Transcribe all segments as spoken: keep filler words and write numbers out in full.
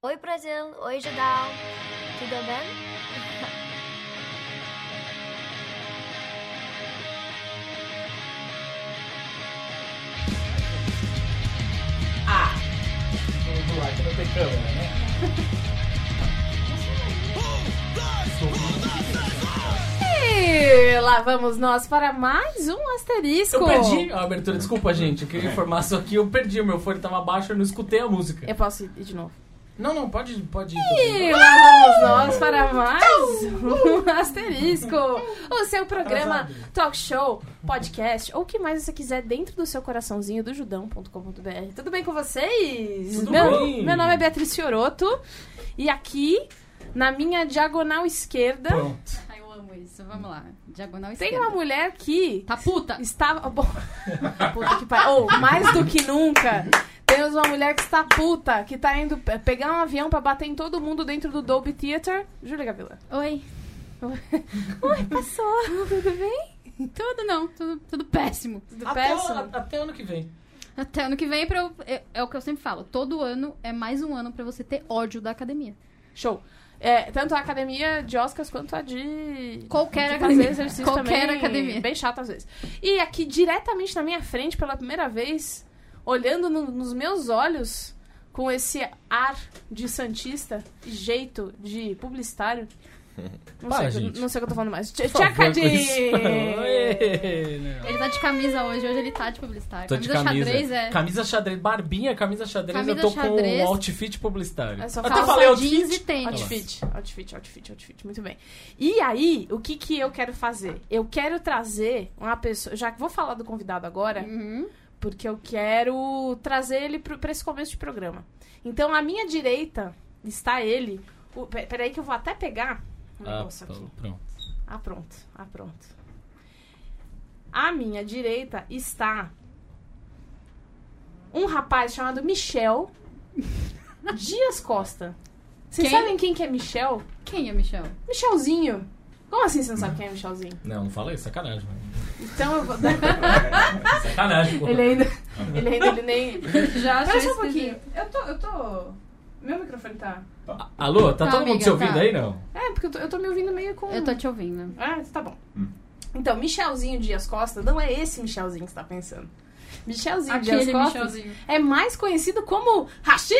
Oi, Brasil. Oi, Judão. Tudo bem? Ah! Vamos lá, que não tem câmera, né? E lá vamos nós para mais um asterisco. Eu perdi a abertura, desculpa, gente. Eu queria informar só que eu perdi. O meu fone tava baixo, eu não escutei a música. Eu posso ir de novo? Não, não, pode, pode ir. E lá vamos nós para mais um asterisco. O seu programa, talk show, podcast, ou o que mais você quiser dentro do seu coraçãozinho do judão ponto com ponto b r. Tudo bem com vocês? Tudo meu, bem. Meu nome é Beatriz Fioroto. E aqui, na minha diagonal esquerda... Pronto. Ai, eu amo isso. Vamos lá. Diagonal Tem esquerda. uma mulher que... Tá puta? Estava... Bom, puta que pariu. Ou, mais do que nunca... Temos uma mulher que está puta, que tá indo pe- pegar um avião pra bater em todo mundo dentro do Dolby Theater. Júlia Gavila. Oi. Oi, passou. Tudo bem? Tudo não. Tudo, tudo péssimo. Tudo Até, péssimo? o- até ano que vem. Até ano que vem, pra eu, é, é o que eu sempre falo. Todo ano é mais um ano pra você ter ódio da academia. Show. É, tanto a academia de Oscars quanto a de... Qualquer de academia. fazer exercício Qualquer também, academia. Bem chato às vezes. E aqui, diretamente na minha frente, pela primeira vez, olhando no- nos meus olhos, com esse ar de santista e jeito de publicitário... Não, Para, sei, gente. não sei o que eu tô falando mais. Por Tia favor, com Cadinho! isso. Ê, não. Ele tá de camisa hoje. Hoje ele tá de publicitário. Tô de camisa camisa. xadrez é... Camisa xadrez, barbinha, camisa xadrez, Camisa eu tô xadrez. com um outfit publicitário. É só Até calça falei jeans outfit. e tênis. Outfit, outfit, outfit, outfit. Muito bem. E aí, o que que eu quero fazer? Eu quero trazer uma pessoa... Já que vou falar do convidado agora, Uhum. porque eu quero trazer ele pro, pra esse começo de programa. Então, à minha direita está ele... O, pe- peraí que eu vou até pegar um Ah, negócio aqui. pronto. Ah, pronto. Ah, pronto. À minha direita está um rapaz chamado Michel Dias Costa. Vocês Quem? sabem quem que é Michel? Quem é Michel? Michelzinho. Como assim você não sabe quem é Michelzinho? Não, não fala isso, sacanagem, mano. Então eu vou... Sacanagem, pô. ele ainda... Ele ainda... Ele nem... Já Espera só um pouquinho. Eu tô... Eu tô... Meu microfone tá... A- Alô, tá, Tá, todo mundo amiga, te ouvindo tá. aí, não? É, porque eu tô, eu tô me ouvindo meio com... Eu tô te ouvindo. Ah, tá bom. Então, Michelzinho Dias Costa não é esse Michelzinho que você tá pensando. Michelzinho Dias Aquele Costa Michelzinho. é mais conhecido como Rashid!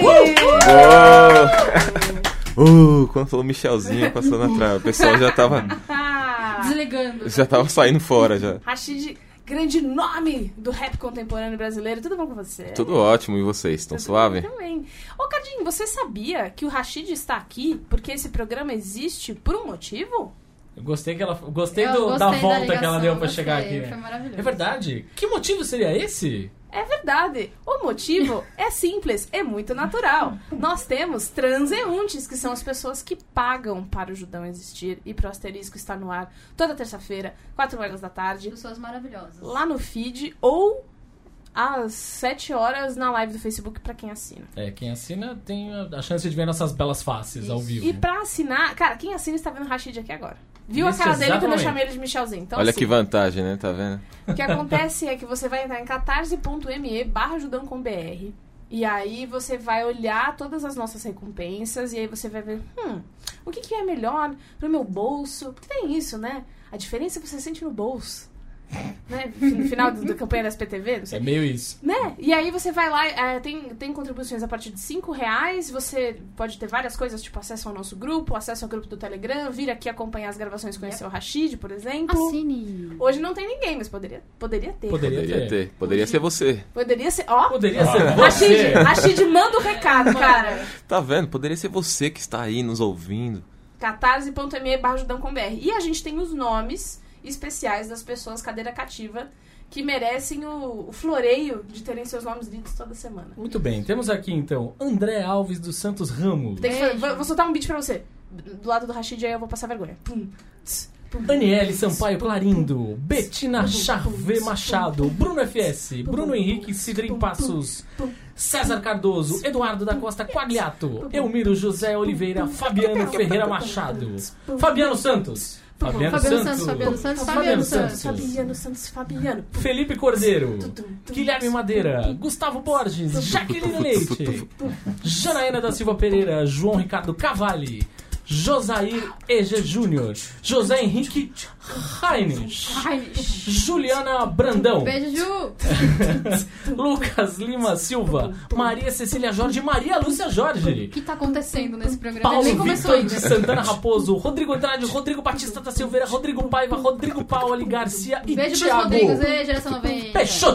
Uh, quando falou Michelzinho passando atrás, o pessoal já tava, Ah, Desligando. já tava saindo fora já. Rashid, grande nome do rap contemporâneo brasileiro. Tudo bom com você? Tudo ótimo, e vocês? Estão Tudo suave? bem também. Ô, Cardinho, você sabia que o Rashid está aqui porque esse programa existe por um motivo? Eu gostei, que ela, eu gostei, Eu do- gostei da da volta que ela ligação, deu pra gostei, chegar aqui, foi né? maravilhoso. É verdade? Que motivo seria esse? É verdade. O motivo é simples, é muito natural. Nós temos transeuntes, que são as pessoas que pagam para o Judão existir e pro asterisco estar no ar toda terça-feira, quatro horas da tarde, Pessoas maravilhosas. lá no feed ou às sete horas na live do Facebook para quem assina. É, quem assina tem a- a chance de ver nossas belas faces ao Isso. vivo. E pra assinar, cara, quem assina está vendo o Rashid aqui agora. Viu Isso, a cara dele quando eu exatamente. chamei ele de Michelzinho. Então, Olha assim, que vantagem, né? Tá vendo? o que acontece é que você vai entrar em catarse.me barra judão com br e aí você vai olhar todas as nossas recompensas e aí você vai ver, hum, o que, que é melhor pro meu bolso? Porque tem isso, né? A diferença você sente no bolso. Né? No final do- da campanha da S P T V, não sei. É meio isso. Né? E aí você vai lá, é, tem, tem contribuições a partir de cinco reais, você pode ter várias coisas, tipo acesso ao nosso grupo, acesso ao grupo do Telegram, vir aqui acompanhar as gravações, conhecer o Rashid, por exemplo. Assine. Hoje não tem ninguém, mas poderia, poderia ter. Poderia, Poderia ter. ter. Poderia ser você. Poderia ser. Ó, Poderia ser Rashid, você. Rashid, manda o recado, cara. Tá vendo? Poderia ser você que está aí nos ouvindo. catarse.me barra judão com br. E a gente tem os nomes especiais das pessoas cadeira cativa que merecem o, o floreio de terem seus nomes lidos toda semana. Muito bem, temos aqui então André Alves dos Santos Ramos, Tem que Beijo. fazer- vou, vou soltar um beat pra você. Do lado do Rashid aí eu vou passar vergonha. Pum, tss, pum. Daniele Sampaio Clarindo, Betina Charvet Machado, Bruno F S, Bruno Henrique Cidrim Passos, César Cardoso, Eduardo da Costa Quagliato, Elmiro José Oliveira, Fabiano Ferreira Machado, Fabiano Santos, Fabiano, Fabiano Santos, Santos, Fabiano Santos, Fabiano Fabiano Santos, Fabiano Santos, Fabiano. Felipe Cordeiro, Guilherme Madeira, Gustavo Borges, Jaqueline Leite, Janaína da Silva Pereira, João Ricardo Cavalli, Josair E G Júnior, José Henrique Heinrich, Juliana Brandão, Beijo, Ju. Lucas Lima Silva, Maria Cecília Jorge, Maria Lúcia Jorge, O que tá acontecendo nesse programa? Paulo Nem começou Vitor de ainda. Santana Raposo, Rodrigo Andrade, Rodrigo Batista da Silveira, Rodrigo Paiva, Rodrigo Pauli Garcia e Beijo pros Thiago Rodrigos. Ei, geração noventa.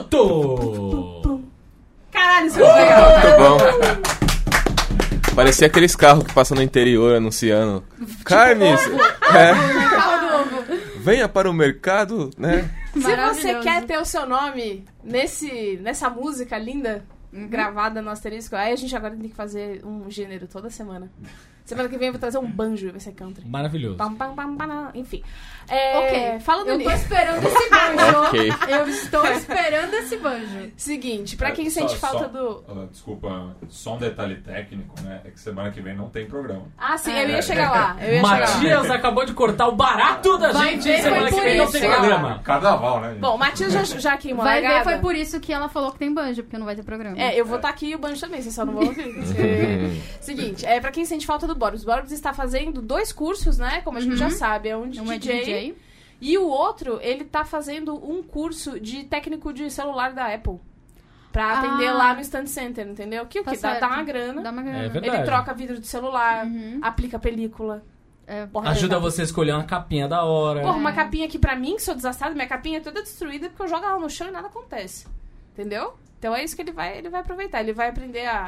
Peixoto. Caralho, isso é legal. Muito bom. Parecia aqueles carros que passam no interior anunciando carnes. É, Carro novo. venha para o mercado, né? Se você Maravilhoso. quer ter o seu nome nesse, nessa música linda, gravada no asterisco, aí a gente agora tem que fazer um gênero toda semana. Semana que vem eu vou trazer um banjo e vai ser country. Maravilhoso. Pam, pam, pam, pam, enfim. É, Ok, fala do eu tô livro. esperando esse banjo. Ok. Eu estou esperando esse banjo. Seguinte, pra É, quem só- sente só- falta do... ah, desculpa, só um detalhe técnico, né? É que semana que vem não tem programa. Ah, sim, eu ia chegar lá. Eu ia Matias chegar lá. acabou de cortar o barato da Vai gente. ver, Semana foi que por vem não isso. tem programa. Carnaval, né? gente? Bom, o Matias já, já queimou a Vai ver, largada. foi por isso que ela falou que tem banjo, porque não vai ter programa. É, eu vou estar aqui e o banjo também, vocês só não vão ouvir. É, Seguinte, é, pra quem sente falta do Boris, o Boris está fazendo dois cursos, né? Como a gente já sabe, é um de Um é D J, D J. e o outro, ele tá fazendo um curso de técnico de celular da Apple. Pra atender Ah. lá no Stand Center, entendeu? Que o Tá que? Dá, certo. dá uma grana. Dá uma grana. É verdade. Ele troca vidro de celular, Uhum. aplica película. É, Porra, Ajuda legal. você a escolher uma capinha da hora. Porra, uma capinha que pra mim, que sou desastrada, minha capinha é toda destruída porque eu jogo ela no chão e nada acontece. Entendeu? Então é isso que ele vai, ele vai aproveitar. Ele vai aprender a,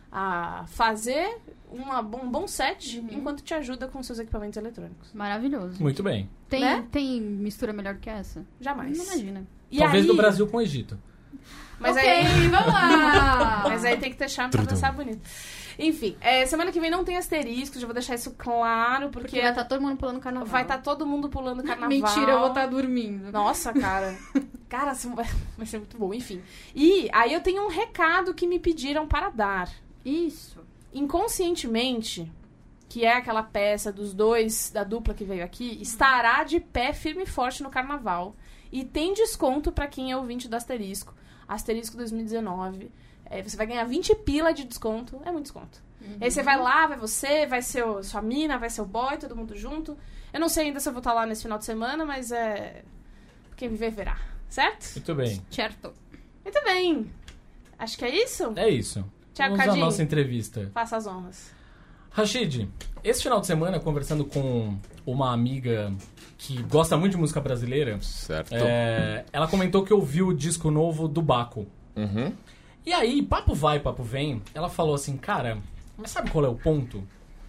a fazer uma, um bom set Uhum. enquanto te ajuda com seus equipamentos eletrônicos. Maravilhoso. Muito bem. Tem, Né? tem mistura melhor que essa? Jamais. Não imagina. E Talvez aí, do Brasil com o Egito. Mas ok, aí, vamos lá. mas aí tem que ter charme pra dançar bonito. Enfim, é, semana que vem não tem asterisco, já vou deixar isso claro, porque, Porque vai estar todo mundo pulando carnaval. vai estar todo mundo pulando carnaval. Mentira, eu vou estar dormindo. Nossa, cara. Cara, assim, vai vai ser muito bom. Enfim. E aí eu tenho um recado que me pediram para dar. Isso. Inconscientemente, que é aquela peça dos dois, da dupla que veio aqui, estará de pé firme e forte no carnaval. E tem desconto para quem é ouvinte do Asterisco. Asterisco dois mil e dezenove. É, você vai ganhar vinte pila de desconto. É muito desconto. Aí você vai lá, vai você, vai ser o, sua mina, vai ser o boy, todo mundo junto. Eu não sei ainda se eu vou estar lá nesse final de semana, mas é... Quem viver, verá. Certo? Muito bem. Certo. Muito bem. Acho que é isso. É isso. Tiago Vamos à Cadinho. nossa entrevista. Faça as honras. Rashid, esse final de semana, conversando com uma amiga que gosta muito de música brasileira, Certo. é, ela comentou que ouviu o disco novo do Baco. Uhum. E aí, papo vai, papo vem, ela falou assim, cara, mas sabe qual é o ponto?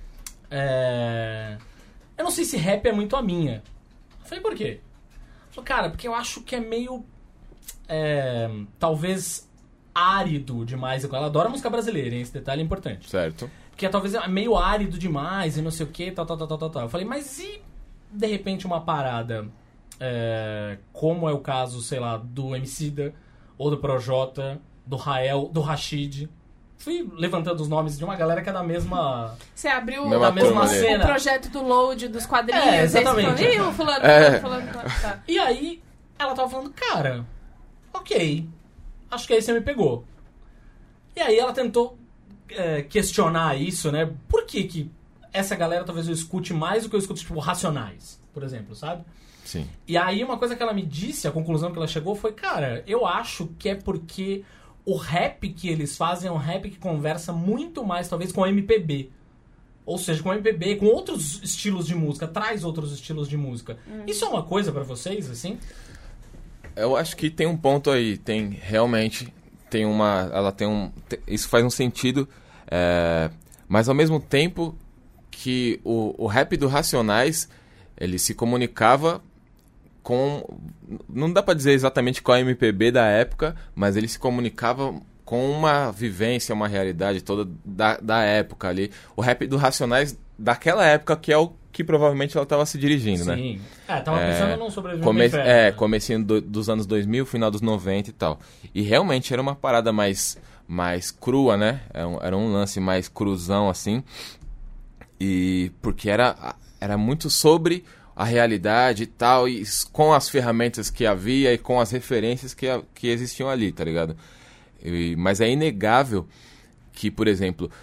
É, eu não sei se rap é muito a minha. Eu falei, por quê? Ela falou, cara, porque eu acho que é meio, é, talvez, árido demais. Ela adora música brasileira, hein? Esse detalhe é importante. Certo. Que é talvez é meio árido demais e não sei o que, tal, tal, tal, tal, tal. Eu falei, mas e de repente uma parada, é, como é o caso, sei lá, do Emicida, ou do Projota, do Rael, do Rashid. Fui levantando os nomes de uma galera que é da mesma... Você abriu Mesma o, turma o, ali. cena. projeto do load dos quadrinhos. É, aí você exatamente. falou, Ih, o fulano, É. fulano, fulano, fulano. Tá. E aí, ela tava falando, cara, ok, acho que aí você me pegou. E aí ela tentou é, questionar isso, né? Por que que essa galera talvez eu escute mais do que eu escuto, tipo, Racionais, por exemplo, sabe? Sim. E aí uma coisa que ela me disse, a conclusão que ela chegou foi, cara, eu acho que é porque o rap que eles fazem é um rap que conversa muito mais, talvez, com M P B. Ou seja, com M P B, com outros estilos de música, traz outros estilos de música. Isso é uma coisa pra vocês, assim? Eu acho que tem um ponto aí, tem realmente, tem uma, ela tem um, te- isso faz um sentido, é, mas ao mesmo tempo que o, o rap do Racionais, ele se comunicava com, não dá pra dizer exatamente qual é a M P B da época, mas ele se comunicava com uma vivência, uma realidade toda da, da época ali. O rap do Racionais daquela época que é o que provavelmente ela estava se dirigindo, né? Sim. É, tava É, pensando num sobrevivente Come no inferno, é, né? comecinho do- dos anos dois mil, final dos noventa e tal. E realmente era uma parada mais, mais crua, né? Era um, era um lance mais cruzão, assim. E porque era, era muito sobre a realidade e tal, e s- com as ferramentas que havia e com as referências que, a- que existiam ali, tá ligado? E- mas é inegável que, por exemplo,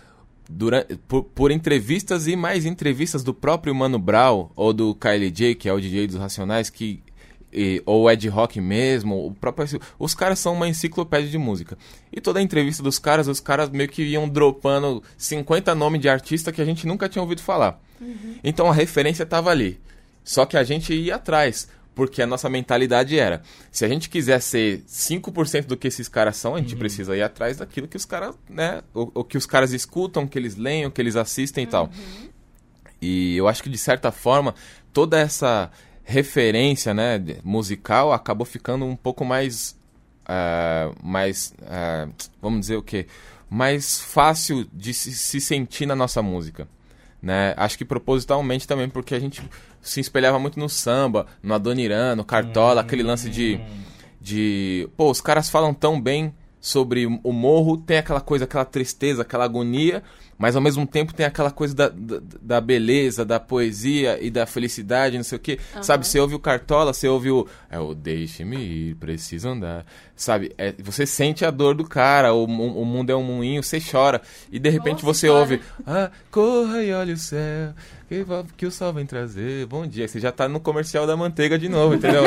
durante, por, por entrevistas e mais entrevistas do próprio Mano Brown ou do K L J, que é o D J dos Racionais, que, e, ou Ed Rock mesmo, o próprio, os caras são uma enciclopédia de música. E toda a entrevista dos caras, os caras meio que iam dropando cinquenta nomes de artista que a gente nunca tinha ouvido falar. Uhum. Então a referência estava ali. Só que a gente ia atrás. Porque a nossa mentalidade era, se a gente quiser ser cinco por cento do que esses caras são, a gente uhum. precisa ir atrás daquilo que os caras, né, o, o que os caras escutam, que eles leem, o que eles assistem e uhum. tal. E eu acho que, de certa forma, toda essa referência, né, musical acabou ficando um pouco mais, uh, mais uh, vamos dizer o quê? Mais fácil de se, se sentir na nossa música. Né? Acho que propositalmente também, porque a gente se espelhava muito no samba, no Adoniran, no Cartola, hum, aquele lance de, de... Pô, os caras falam tão bem sobre o morro, tem aquela coisa, aquela tristeza, aquela agonia, mas ao mesmo tempo tem aquela coisa da, da, da beleza, da poesia e da felicidade, não sei o quê. Uhum. Sabe, você ouve o Cartola, você ouve o... É o deixe-me ir, preciso andar. Sabe, é, você sente a dor do cara, o, o mundo é um moinho, você chora. E de repente Nossa, você cara. ouve... Ah, corra e olha o céu, que, que o sol vem trazer, bom dia. Você já tá no comercial da manteiga de novo, entendeu?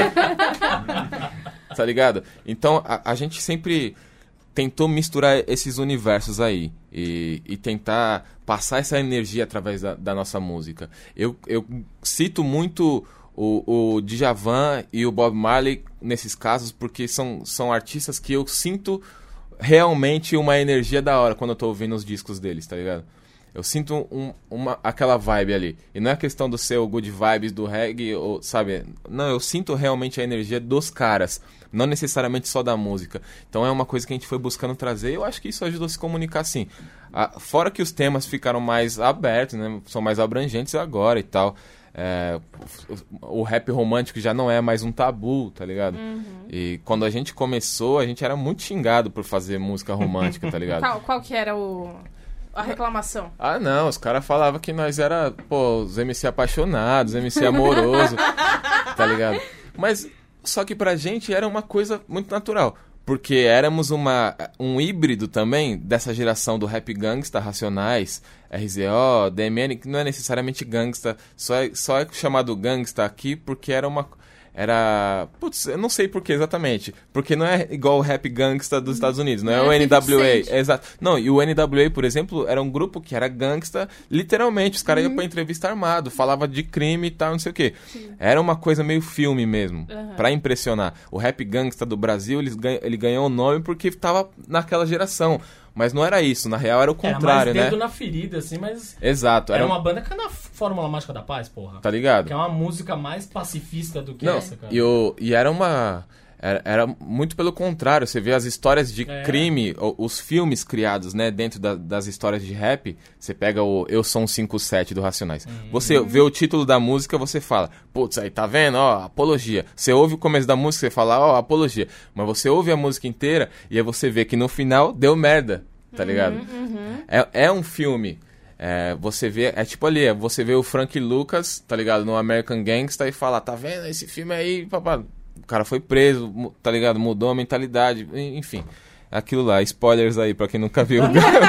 Tá ligado? Então, a, a gente sempre... tentou misturar esses universos aí e, e tentar passar essa energia através da, da nossa música. Eu, eu cito muito o, o Djavan e o Bob Marley nesses casos porque são, são artistas que eu sinto realmente uma energia da hora quando eu tô ouvindo os discos deles, tá ligado? Eu sinto um, uma, aquela vibe ali. E não é questão do seu good vibes do reggae, ou, sabe? Não, eu sinto realmente a energia dos caras. Não necessariamente só da música. Então é uma coisa que a gente foi buscando trazer e eu acho que isso ajudou a se comunicar assim. Ah, fora que os temas ficaram mais abertos, né? São mais abrangentes agora e tal. É, o, o rap romântico já não é mais um tabu, tá ligado? Uhum. E quando a gente começou, a gente era muito xingado por fazer música romântica, tá ligado? Qual, qual que era o... a reclamação? Ah, não, os caras falavam que nós era, pô, os M C apaixonados, M C amoroso, tá ligado? Mas, só que pra gente era uma coisa muito natural, porque éramos uma, um híbrido também dessa geração do rap gangsta, Racionais, R Z O, D M N, que não é necessariamente gangsta, só é, só é chamado gangsta aqui porque era uma... Era... Putz, eu não sei por que exatamente. Porque não é igual o rap gangsta dos Estados Unidos. Não, não é o N W A. É, exato. Não, e o N W A, por exemplo, era um grupo que era gangsta, literalmente. Os caras uhum. iam pra entrevista armado, falava de crime e tal, não sei o quê. Sim. Era uma coisa meio filme mesmo, uhum. pra impressionar. O rap gangsta do Brasil, eles ganha, ele ganhou o nome porque tava naquela geração. Mas não era isso, na real era o contrário, era mais dedo né? na ferida, assim, mas... Exato. Era, era uma banda que é na Fórmula Mágica da Paz, porra. Tá ligado? Que é uma música mais pacifista do que não, essa, cara. E, o, e era uma... Era, era muito pelo contrário, você vê as histórias de é. crime, os filmes criados, né, dentro da, das histórias de rap, você pega o Eu Sou um cinco sete do Racionais. Hum. Você vê o título da música, você fala, putz, aí tá vendo, ó, apologia. Você ouve o começo da música, você fala, ó, apologia. Mas você ouve a música inteira e aí você vê que no final deu merda, tá ligado? Uhum, uhum. É, é um filme... É, você vê, é tipo ali, é, você vê o Frank Lucas, tá ligado, no American Gangsta e fala, tá vendo esse filme aí, papá, o cara foi preso, tá ligado, mudou a mentalidade, enfim, aquilo lá, spoilers aí pra quem nunca viu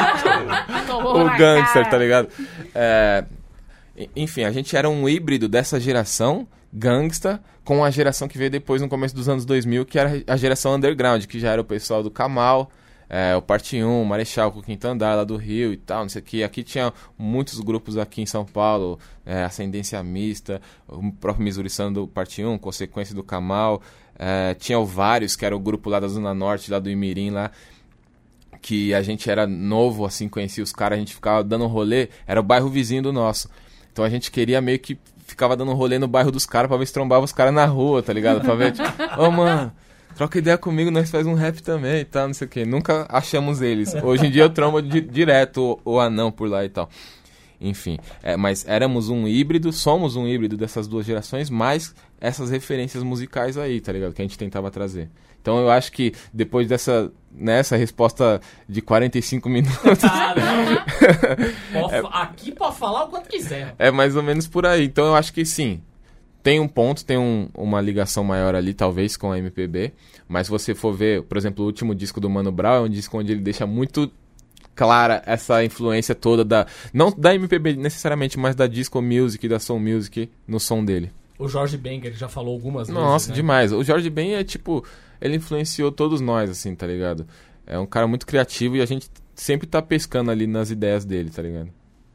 o, o Gangster, tá ligado? É, enfim, a gente era um híbrido dessa geração gangsta com a geração que veio depois no começo dos anos dois mil, que era a geração underground, que já era o pessoal do Kamal, É, o Parte um, Marechal, com o Quinto Andar lá do Rio e tal, não sei o que. Aqui tinha muitos grupos aqui em São Paulo, é, Ascendência Mista, o próprio Missouri Sun do Parte um, Consequência do Kamal. É, tinha o Vários, que era o grupo lá da Zona Norte, lá do Imirim, lá, que a gente era novo, assim, conhecia os caras, a gente ficava dando rolê, era o bairro vizinho do nosso. Então a gente queria meio que ficava dando rolê no bairro dos caras pra ver se trombava os caras na rua, tá ligado? Pra ver, tipo, ô, oh, mano... Troca ideia comigo, nós faz um rap também e tal, não sei o que. Nunca achamos eles. Hoje em dia eu trombo di- direto o, o anão por lá e tal. Enfim, é, mas éramos um híbrido, somos um híbrido dessas duas gerações, mais essas referências musicais aí, tá ligado? Que a gente tentava trazer. Então eu acho que depois dessa nessa resposta de quarenta e cinco minutos... Ah, não. é, aqui pode falar o quanto quiser. É mais ou menos por aí. Então eu acho que sim. Tem um ponto, tem um, uma ligação maior ali, talvez, com a M P B. Mas se você for ver, por exemplo, o último disco do Mano Brown é um disco onde ele deixa muito clara essa influência toda da... Não da M P B necessariamente, mas da disco music, da soul music no som dele. O Jorge Ben, que ele já falou algumas vezes, Nossa, né? demais. O Jorge Ben é tipo... Ele influenciou todos nós, assim, tá ligado? É um cara muito criativo e a gente sempre tá pescando ali nas ideias dele, tá ligado?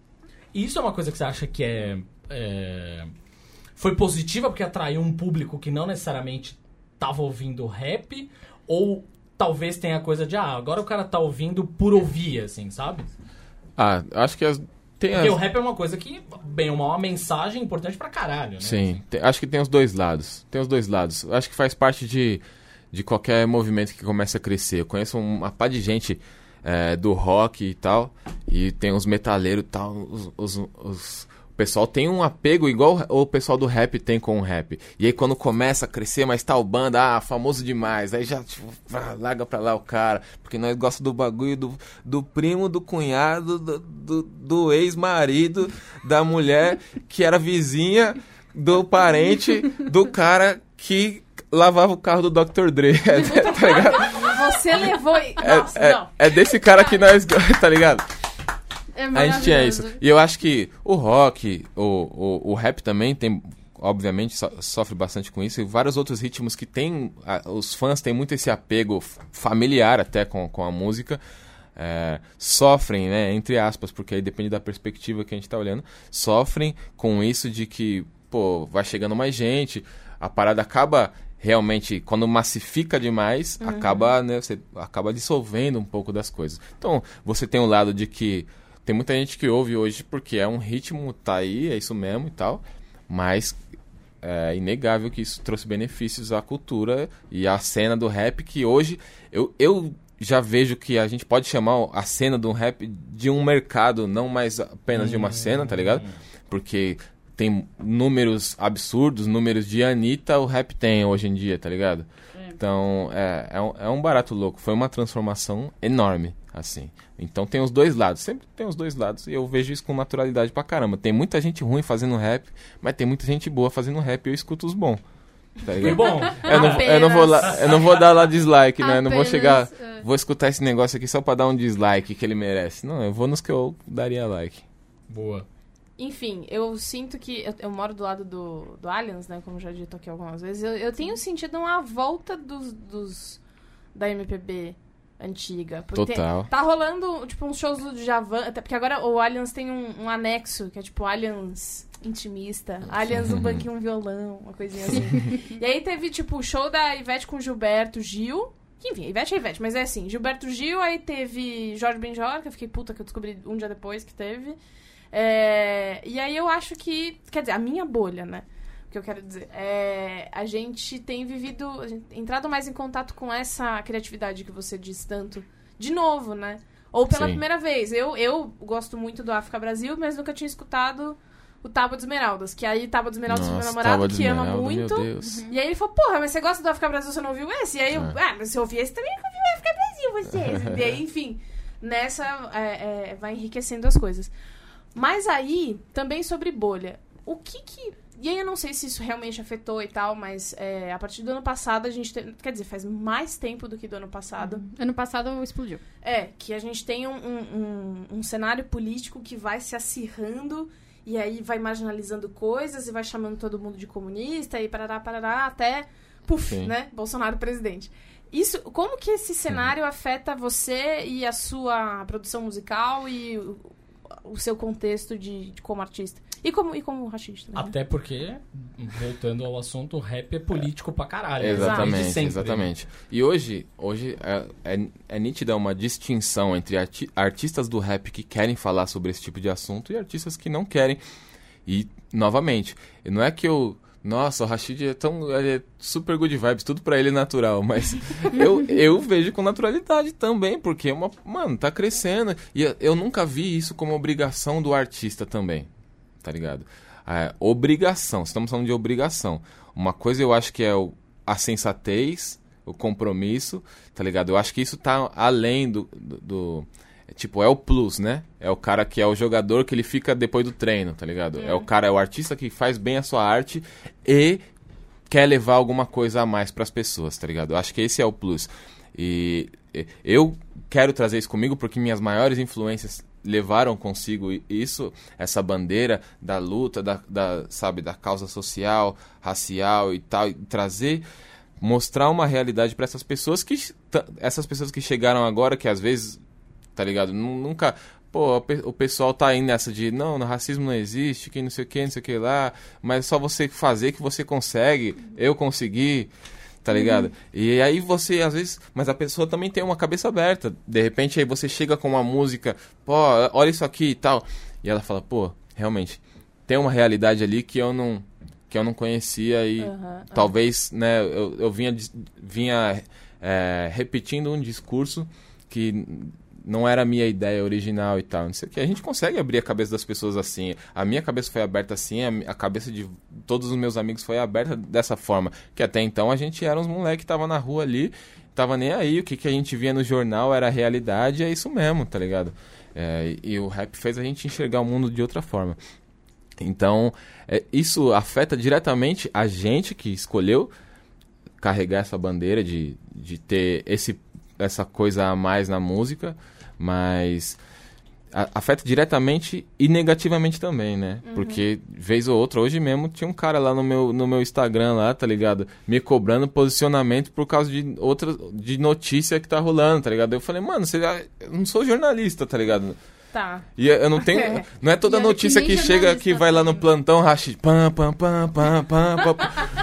E isso é uma coisa que você acha que é, é... foi positiva porque atraiu um público que não necessariamente tava ouvindo rap? Ou talvez tenha a coisa de, ah, agora o cara tá ouvindo por ouvir, assim, sabe? Ah, acho que as... Tem Porque as... o rap é uma coisa que, bem ou mal, uma mensagem importante pra caralho, né? Sim, tem- acho que tem os dois lados. Tem os dois lados. Acho que faz parte de, de qualquer movimento que começa a crescer. Eu conheço uma pá de gente é, do rock e tal, e tem uns metaleiros e tal. Os, os, os- o pessoal tem um apego igual o pessoal do rap tem com o rap. E aí quando começa a crescer, mas tal banda, ah, famoso demais. Aí já, tipo, ah, larga pra lá o cara. Porque nós gostamos do bagulho do, do primo, do cunhado, do, do, do ex-marido, da mulher que era vizinha, do parente, do cara que lavava o carro do doutor Dre. Tá ligado? Você levou... Nossa, É, não. é, é desse cara que nós... Tá ligado? É A gente tinha maravilhoso. isso. E eu acho que o rock, o, o, o rap também tem, obviamente, so- sofre bastante com isso. E vários outros ritmos que tem, a- os fãs têm muito esse apego f- familiar até com, com a música. É, sofrem, né, entre aspas, porque aí depende da perspectiva que a gente tá olhando. Sofrem com isso de que, pô, vai chegando mais gente, a parada acaba... Realmente, quando massifica demais, acaba, né, você acaba dissolvendo um pouco das coisas. Então, você tem um lado de que tem muita gente que ouve hoje porque é um ritmo, tá aí, é isso mesmo e tal, mas é inegável que isso trouxe benefícios à cultura e à cena do rap, que hoje eu, eu já vejo que a gente pode chamar a cena do rap de um mercado, não mais apenas de uma cena, tá ligado? Porque... tem números absurdos, números de Anitta o rap tem hoje em dia, tá ligado? É. Então, é, é, um, é um barato louco. Foi uma transformação enorme, assim. Então tem os dois lados. Sempre tem os dois lados. E eu vejo isso com naturalidade pra caramba. Tem muita gente ruim fazendo rap, mas tem muita gente boa fazendo rap e eu escuto os bons. Tá Foi ligado? bom. Eu não, vou- eu, não vou lá, eu não vou dar lá dislike, né? Eu não vou Apenas, chegar... é. Vou escutar esse negócio aqui só pra dar um dislike que ele merece. Não, eu vou nos que eu daria like. Boa. Enfim, eu sinto que... Eu, eu moro do lado do, do Allianz, né? Como já dito aqui algumas vezes. Eu, eu tenho sentido uma volta dos, dos da M P B antiga. Porque Total. tá rolando, tipo, uns shows do Djavan. Até porque agora o Allianz tem um, um anexo, que é tipo Allianz intimista. Allianz um banquinho, um violão, uma coisinha assim. E aí teve, tipo, o show da Ivete com Gilberto Gil. Que, enfim, Ivete é Ivete, mas é assim. Gilberto Gil, aí teve Jorge Benjor, que eu fiquei puta, que eu descobri um dia depois que teve. É, e aí eu acho que, quer dizer, a minha bolha, né? O que eu quero dizer é, a gente tem vivido, a gente, entrado mais em contato com essa criatividade que você diz tanto, de novo, né? Ou pela Sim. primeira vez. Eu, eu gosto muito do África Brasil, mas nunca tinha escutado o Tábua de Esmeraldas, que aí Tábua de Esmeraldas foi meu Nossa, namorado, Tábua de que ama Esmeralda, muito. Meu Deus. E aí ele falou, porra, mas você gosta do África Brasil, você não ouviu esse? E aí eu, É. ah, mas você ouviu esse também, eu ouvi o África Brasil, vocês. E aí, enfim, nessa é, é, vai enriquecendo as coisas. Mas aí, também sobre bolha. O que que... E aí eu não sei se isso realmente afetou e tal, mas é, a partir do ano passado a gente tem... Quer dizer, faz mais tempo do que do ano passado. Ano passado explodiu. É, que a gente tem um, um, um, um cenário político que vai se acirrando e aí vai marginalizando coisas e vai chamando todo mundo de comunista e parará, parará, até, puf, Sim. né? Bolsonaro presidente. Isso, como que esse cenário afeta você e a sua produção musical e o, o seu contexto de, de como artista? E como, e como rachista, né? Até porque, voltando ao assunto, o rap é político pra caralho. né? Exatamente, Desde sempre. exatamente. E hoje, hoje é, é, é nítida uma distinção entre arti- artistas do rap que querem falar sobre esse tipo de assunto e artistas que não querem. E, novamente, não é que eu... Nossa, o Rashid é tão... Ele é super good vibes, tudo pra ele é natural, mas eu, eu vejo com naturalidade também, porque é uma... Mano, tá crescendo. E eu- eu nunca vi isso como obrigação do artista também, tá ligado? É, obrigação, estamos falando de obrigação. Uma coisa eu acho que é o, a sensatez, o compromisso, tá ligado? Eu acho que isso tá além do, do, do- é, tipo, é o plus, né? É o cara que é o jogador que ele fica depois do treino, tá ligado? É o cara, é o artista que faz bem a sua arte e quer levar alguma coisa a mais pras pessoas, tá ligado? Eu acho que esse é o plus. E eu quero trazer isso comigo porque minhas maiores influências levaram consigo isso, essa bandeira da luta, da, da, sabe, da causa social, racial e tal, e trazer, mostrar uma realidade para essas pessoas que, essas pessoas que chegaram agora, que às vezes, tá ligado, nunca... Pô, o pessoal tá aí nessa de, não, no racismo não existe, que não sei o que, não sei o que lá, mas é só você fazer que você consegue, eu consegui, tá ligado? Uhum. E aí você, às vezes, mas a pessoa também tem uma cabeça aberta, de repente aí você chega com uma música, pô, olha isso aqui e tal, e ela fala, pô, realmente, tem uma realidade ali que eu não, que eu não conhecia e uhum, talvez, uhum. né, eu, eu vinha, vinha é, repetindo um discurso que... não era a minha ideia original e tal, não sei o que. A gente consegue abrir a cabeça das pessoas assim. A minha cabeça foi aberta assim, a, a cabeça de todos os meus amigos foi aberta dessa forma. Que até então a gente era uns moleques que tava na rua ali, tava nem aí. O que, que a gente via no jornal era a realidade, é isso mesmo, tá ligado? É, e, e o rap fez a gente enxergar o mundo de outra forma. Então, é, isso afeta diretamente a gente que escolheu carregar essa bandeira de, de ter esse... essa coisa a mais na música, mas a, afeta diretamente e negativamente também, né? Uhum. Porque, vez ou outra, hoje mesmo tinha um cara lá no meu, no meu Instagram lá, tá ligado? Me cobrando posicionamento por causa de outra, de notícia que tá rolando, tá ligado? Eu falei, mano, você, eu não sou jornalista, tá ligado? Tá. E eu não tenho... Não é toda e notícia que, que chega que vai lá no plantão, Rashid, pam, pam, pam, pam, pam, pam.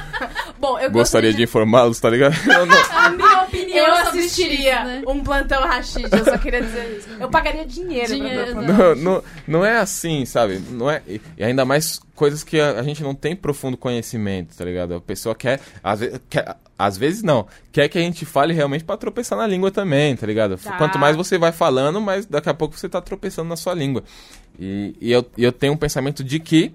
Bom, eu gostaria de, de informá-los, tá ligado? Eu não... A minha opinião, eu assistiria isso, né? um plantão Rashid, eu só queria dizer isso. Eu pagaria dinheiro, dinheiro pra não, não, não é assim, sabe? Não é, e ainda mais coisas que a, a gente não tem profundo conhecimento, tá ligado? A pessoa quer às, vezes, quer... às vezes não, quer que a gente fale realmente pra tropeçar na língua também, tá ligado? Tá. Quanto mais você vai falando, mais daqui a pouco você tá tropeçando na sua língua. E, e eu, eu tenho um pensamento de que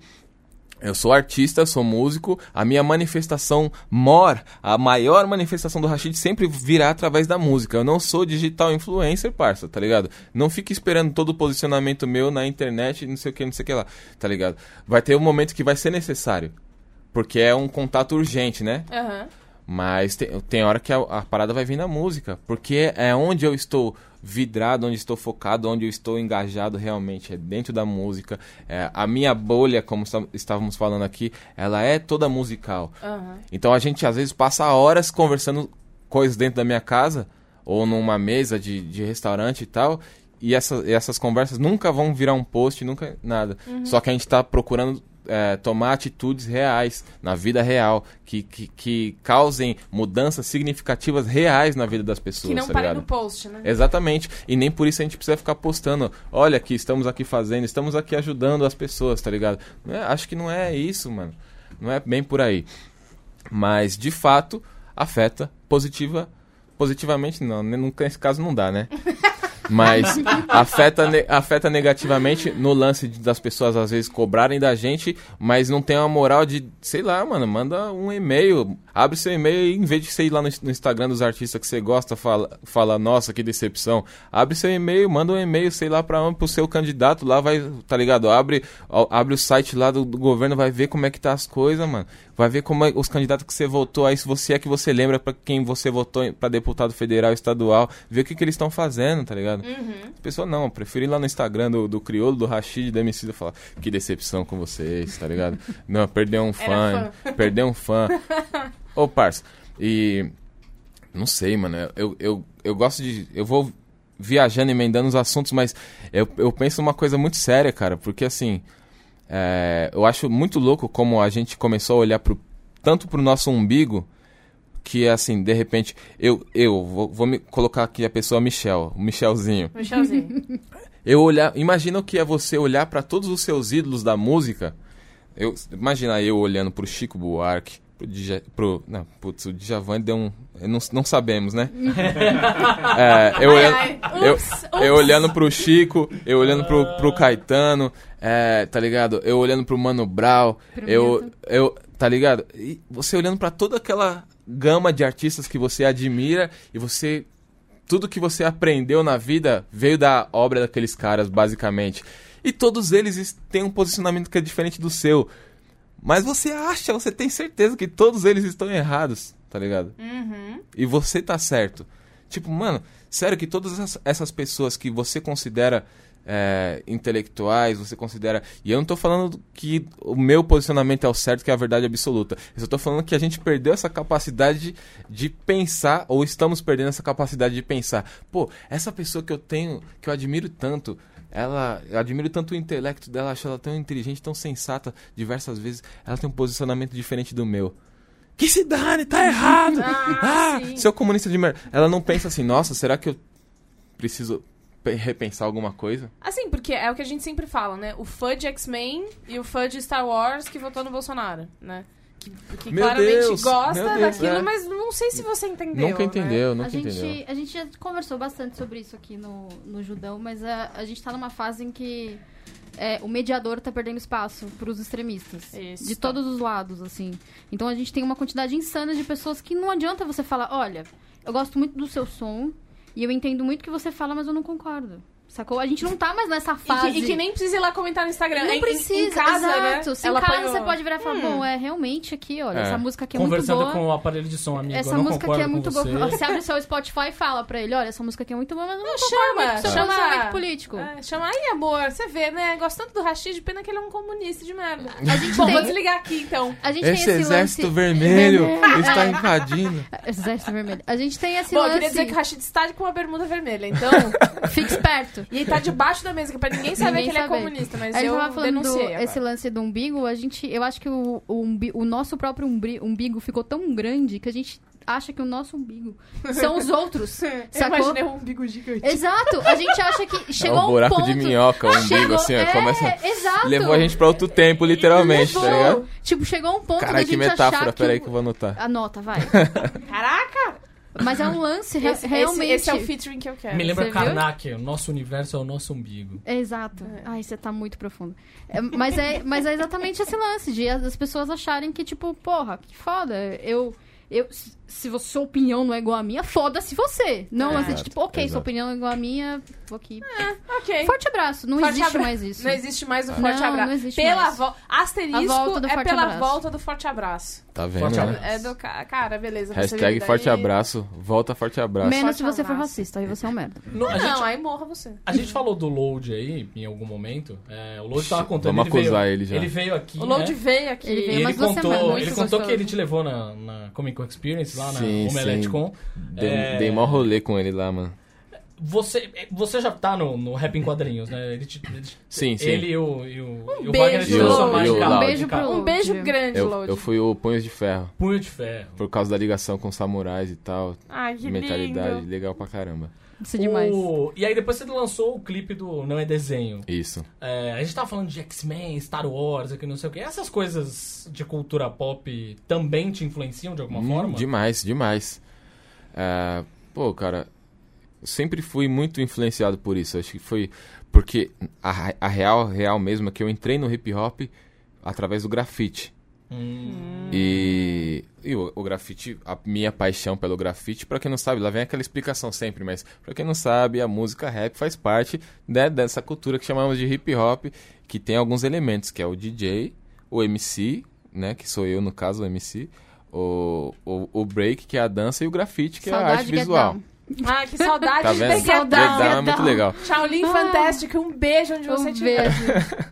eu sou artista, sou músico, a minha manifestação maior, a maior manifestação do Rashid sempre virá através da música. Eu não sou digital influencer, parça, tá ligado? Não fique esperando todo o posicionamento meu na internet, não sei o que, não sei o que lá, tá ligado? Vai ter um momento que vai ser necessário, porque é um contato urgente, né? Aham. Uhum. Mas tem, tem hora que a, a parada vai vir na música, porque é onde eu estou vidrado, onde estou focado, onde eu estou engajado realmente, é dentro da música. É, a minha bolha, como estávamos falando aqui, ela é toda musical. Uhum. Então a gente às vezes passa horas conversando coisas dentro da minha casa, ou numa mesa de, de restaurante e tal, e essa, essas conversas nunca vão virar um post, nunca nada. Uhum. Só que a gente está procurando É, tomar atitudes reais, na vida real, que, que, que causem mudanças significativas reais na vida das pessoas. Que não tá parem ligado? no post, né? Exatamente. E nem por isso a gente precisa ficar postando, olha aqui, estamos aqui fazendo, estamos aqui ajudando as pessoas, tá ligado? Não é, acho que não é isso, mano. Não é bem por aí. Mas, de fato, afeta positiva, positivamente, não. Nesse caso não dá, né? Mas afeta, ne- afeta negativamente no lance de, das pessoas às vezes cobrarem da gente, mas não tem uma moral de, sei lá, mano, manda um e-mail, abre seu e-mail e em vez de você ir lá no, no Instagram dos artistas que você gosta, fala, fala, nossa, que decepção, abre seu e-mail, manda um e-mail, sei lá, pra onde, pro seu candidato lá, vai, tá ligado? Abre, abre o site lá do, do governo, vai ver como é que tá as coisas, mano. Vai ver como é, os candidatos que você votou aí, se você é que você lembra pra quem você votou pra deputado federal, estadual, ver o que, que eles estão fazendo, tá ligado? Uhum. As pessoas não, prefiro ir lá no Instagram do, do Criolo, do Rashid, do M C e falar, que decepção com vocês, tá ligado? Não, perdeu um fã, fã. perdeu um fã. Ô, parça, e não sei, mano, eu, eu, eu gosto de, eu vou viajando, emendando os assuntos, mas eu, eu penso numa coisa muito séria, cara, porque assim... É, eu acho muito louco como a gente começou a olhar pro, tanto pro nosso umbigo, que assim, de repente, eu, eu vou, vou me colocar aqui a pessoa Michel, o Michelzinho. Michelzinho. Eu olhar, imagina o que é você olhar para todos os seus ídolos da música. Eu, imagina eu olhando pro Chico Buarque, pro, Dja, pro não, putz, o Djavan deu um, não, não sabemos, né? é, eu, olhando, ai, ai. Eu, ups, ups. eu olhando pro Chico, eu olhando pro, pro Caetano. É, tá ligado? Eu olhando pro Mano Brown, eu, eu, tá ligado? E você olhando pra toda aquela gama de artistas que você admira e você, tudo que você aprendeu na vida veio da obra daqueles caras, basicamente. E todos eles têm um posicionamento que é diferente do seu. Mas você acha, você tem certeza que todos eles estão errados, tá ligado? Uhum. E você tá certo. Tipo, mano, sério que todas essas, essas pessoas que você considera é, intelectuais, você considera... E eu não tô falando que o meu posicionamento é o certo, que é a verdade absoluta. Eu só tô falando que a gente perdeu essa capacidade de, de pensar, ou estamos perdendo essa capacidade de pensar. Pô, essa pessoa que eu tenho, que eu admiro tanto... Ela, eu admiro tanto o intelecto dela, acho ela tão inteligente, tão sensata, diversas vezes. Ela tem um posicionamento diferente do meu. Que se dane, tá errado! Ah, ah, seu comunista de merda. Ela não pensa assim, nossa, será que eu preciso pe- repensar alguma coisa? Assim, porque é o que a gente sempre fala, né? O fã de X-Men e o fã de Star Wars que votou no Bolsonaro, né? Que, que Meu claramente Deus, gosta meu Deus, daquilo, é. mas não sei se você entendeu. Nunca entendeu, Né? A nunca gente, entendeu. a gente já conversou bastante sobre isso aqui no, no Judão, mas a, a gente tá numa fase em que é, o mediador tá perdendo espaço pros extremistas. Isso. De todos os lados, assim. Então a gente tem uma quantidade insana de pessoas que não adianta você falar, olha, eu gosto muito do seu som e eu entendo muito o que você fala, mas eu não concordo. Sacou? A gente não tá mais nessa E fase. que, e que nem precisa ir lá comentar no Instagram. Não Em- precisa, em casa, exato. né? Se Ela em casa apanhou. você pode virar e falar, bom, é realmente aqui, olha, É. essa música aqui é muito Conversando boa. com o aparelho de som, amigo. Essa eu não música concordo aqui é muito com você. boa. Você abre o seu Spotify e fala pra ele, olha, essa música aqui é muito boa, mas eu não, Não, concordo chama, muito com o seu chama. posicionamento político. É, chama aí, amor. Você vê, né? Gosto tanto do Rashid, pena que ele é um comunista de merda. A gente Bom, tem- vou desligar aqui, então. A gente Esse tem esse exército lance... vermelho está É. invadindo. Exército vermelho. A gente tem esse Bom, eu lance... queria dizer que o Rashid está com uma bermuda vermelha, então... Fique esperto. E ele tá debaixo da mesa, que é pra ninguém saber Ninguém que ele é saber. comunista, mas A gente eu tava falando do, denunciei agora. esse lance do umbigo, a gente, eu acho que o, o, umbi- o nosso próprio umbri- umbigo ficou tão grande que a gente acha que o nosso umbigo são os outros, Eu sacou? imaginei um umbigo gigante. Exato, a gente acha que É chegou um buraco um ponto... de minhoca, o umbigo, Chegou- assim, ó, é, começa... exato. Levou a gente pra outro tempo, literalmente, tá Levou. ligado? Tipo, chegou um ponto da Caralho, gente que metáfora, achar peraí que... que eu vou anotar. Anota, vai. Caraca! Mas é um lance, re- Esse, realmente... esse, esse é o featuring que eu quero. Me lembra Você viu? Karnak, o nosso universo é o nosso umbigo. Exato. Ai, você tá muito profundo. É, mas, é, mas é exatamente esse lance de as as pessoas acharem que, tipo, porra, que foda. Eu, eu, se você, sua opinião não é igual à minha, foda-se você. Não, É. assim, tipo, ok, Exato. sua opinião é igual à minha, vou aqui. Ok. Forte abraço. Não Forte existe abra- mais isso. Não existe mais o Não, forte não abraço. existe Pela mais. volta. Asterisco A volta do é forte pela abraço. volta do forte abraço. Tá vendo? Forte né? abraço. É do ca- cara, beleza. Hashtag você forte daí- abraço, volta forte abraço. Menos se Forte você for abraço. racista, aí você é um merda. No- a, Não, gente, aí morra você. a gente falou do Load aí, em algum momento. É, o Load tava contando. Vamos ele acusar veio, ele já. Ele veio aqui. O Load né? veio aqui. Ele E veio ele umas duas contou, semanas, ele muito contou gostoso. que ele te levou na, na Comic Con Experience, lá na Sim, Omelete sim. Con. Dei, É, dei mó rolê com ele lá, mano. Você, você já tá no, no Rap em Quadrinhos, né? Ele, te- ele, Sim, sim. ele e o, e o, e o beijo. Wagner te E o- transformaram e em o cara. Loud. Um beijo de cara. pro- Um beijo Load. grande, Eu, Load. eu fui o Punhos de Ferro, Punho de ferro. por causa da ligação com os samurais e tal. Ai, que mentalidade lindo. legal pra caramba. Isso é demais. O- E aí depois você lançou o clipe do Não é Desenho. Isso. É, a gente tava falando de X-Men, Star Wars, aqui não sei o que. Essas coisas de cultura pop também te influenciam de alguma Hum, forma? Demais, demais. É, pô, cara, eu sempre fui muito influenciado por isso. Acho que foi porque a, a real, real mesmo é que eu entrei no hip hop através do grafite. Hum. E, e o, o grafite, a minha paixão pelo grafite, pra quem não sabe, lá vem aquela explicação sempre, mas pra quem não sabe, a música rap faz parte, né, dessa cultura que chamamos de hip hop, que tem alguns elementos, que é o D J, o M C, né, que sou eu no caso, o M C, o, o, o break, que é a dança, e o grafite, que é a Saudade arte de Get visual. Down. Ai, que saudade Tá de vendo? Get Down. Get Down é Get muito Down. legal. Shaolin Ah. Fantastic, um beijo onde você Um estiver. beijo.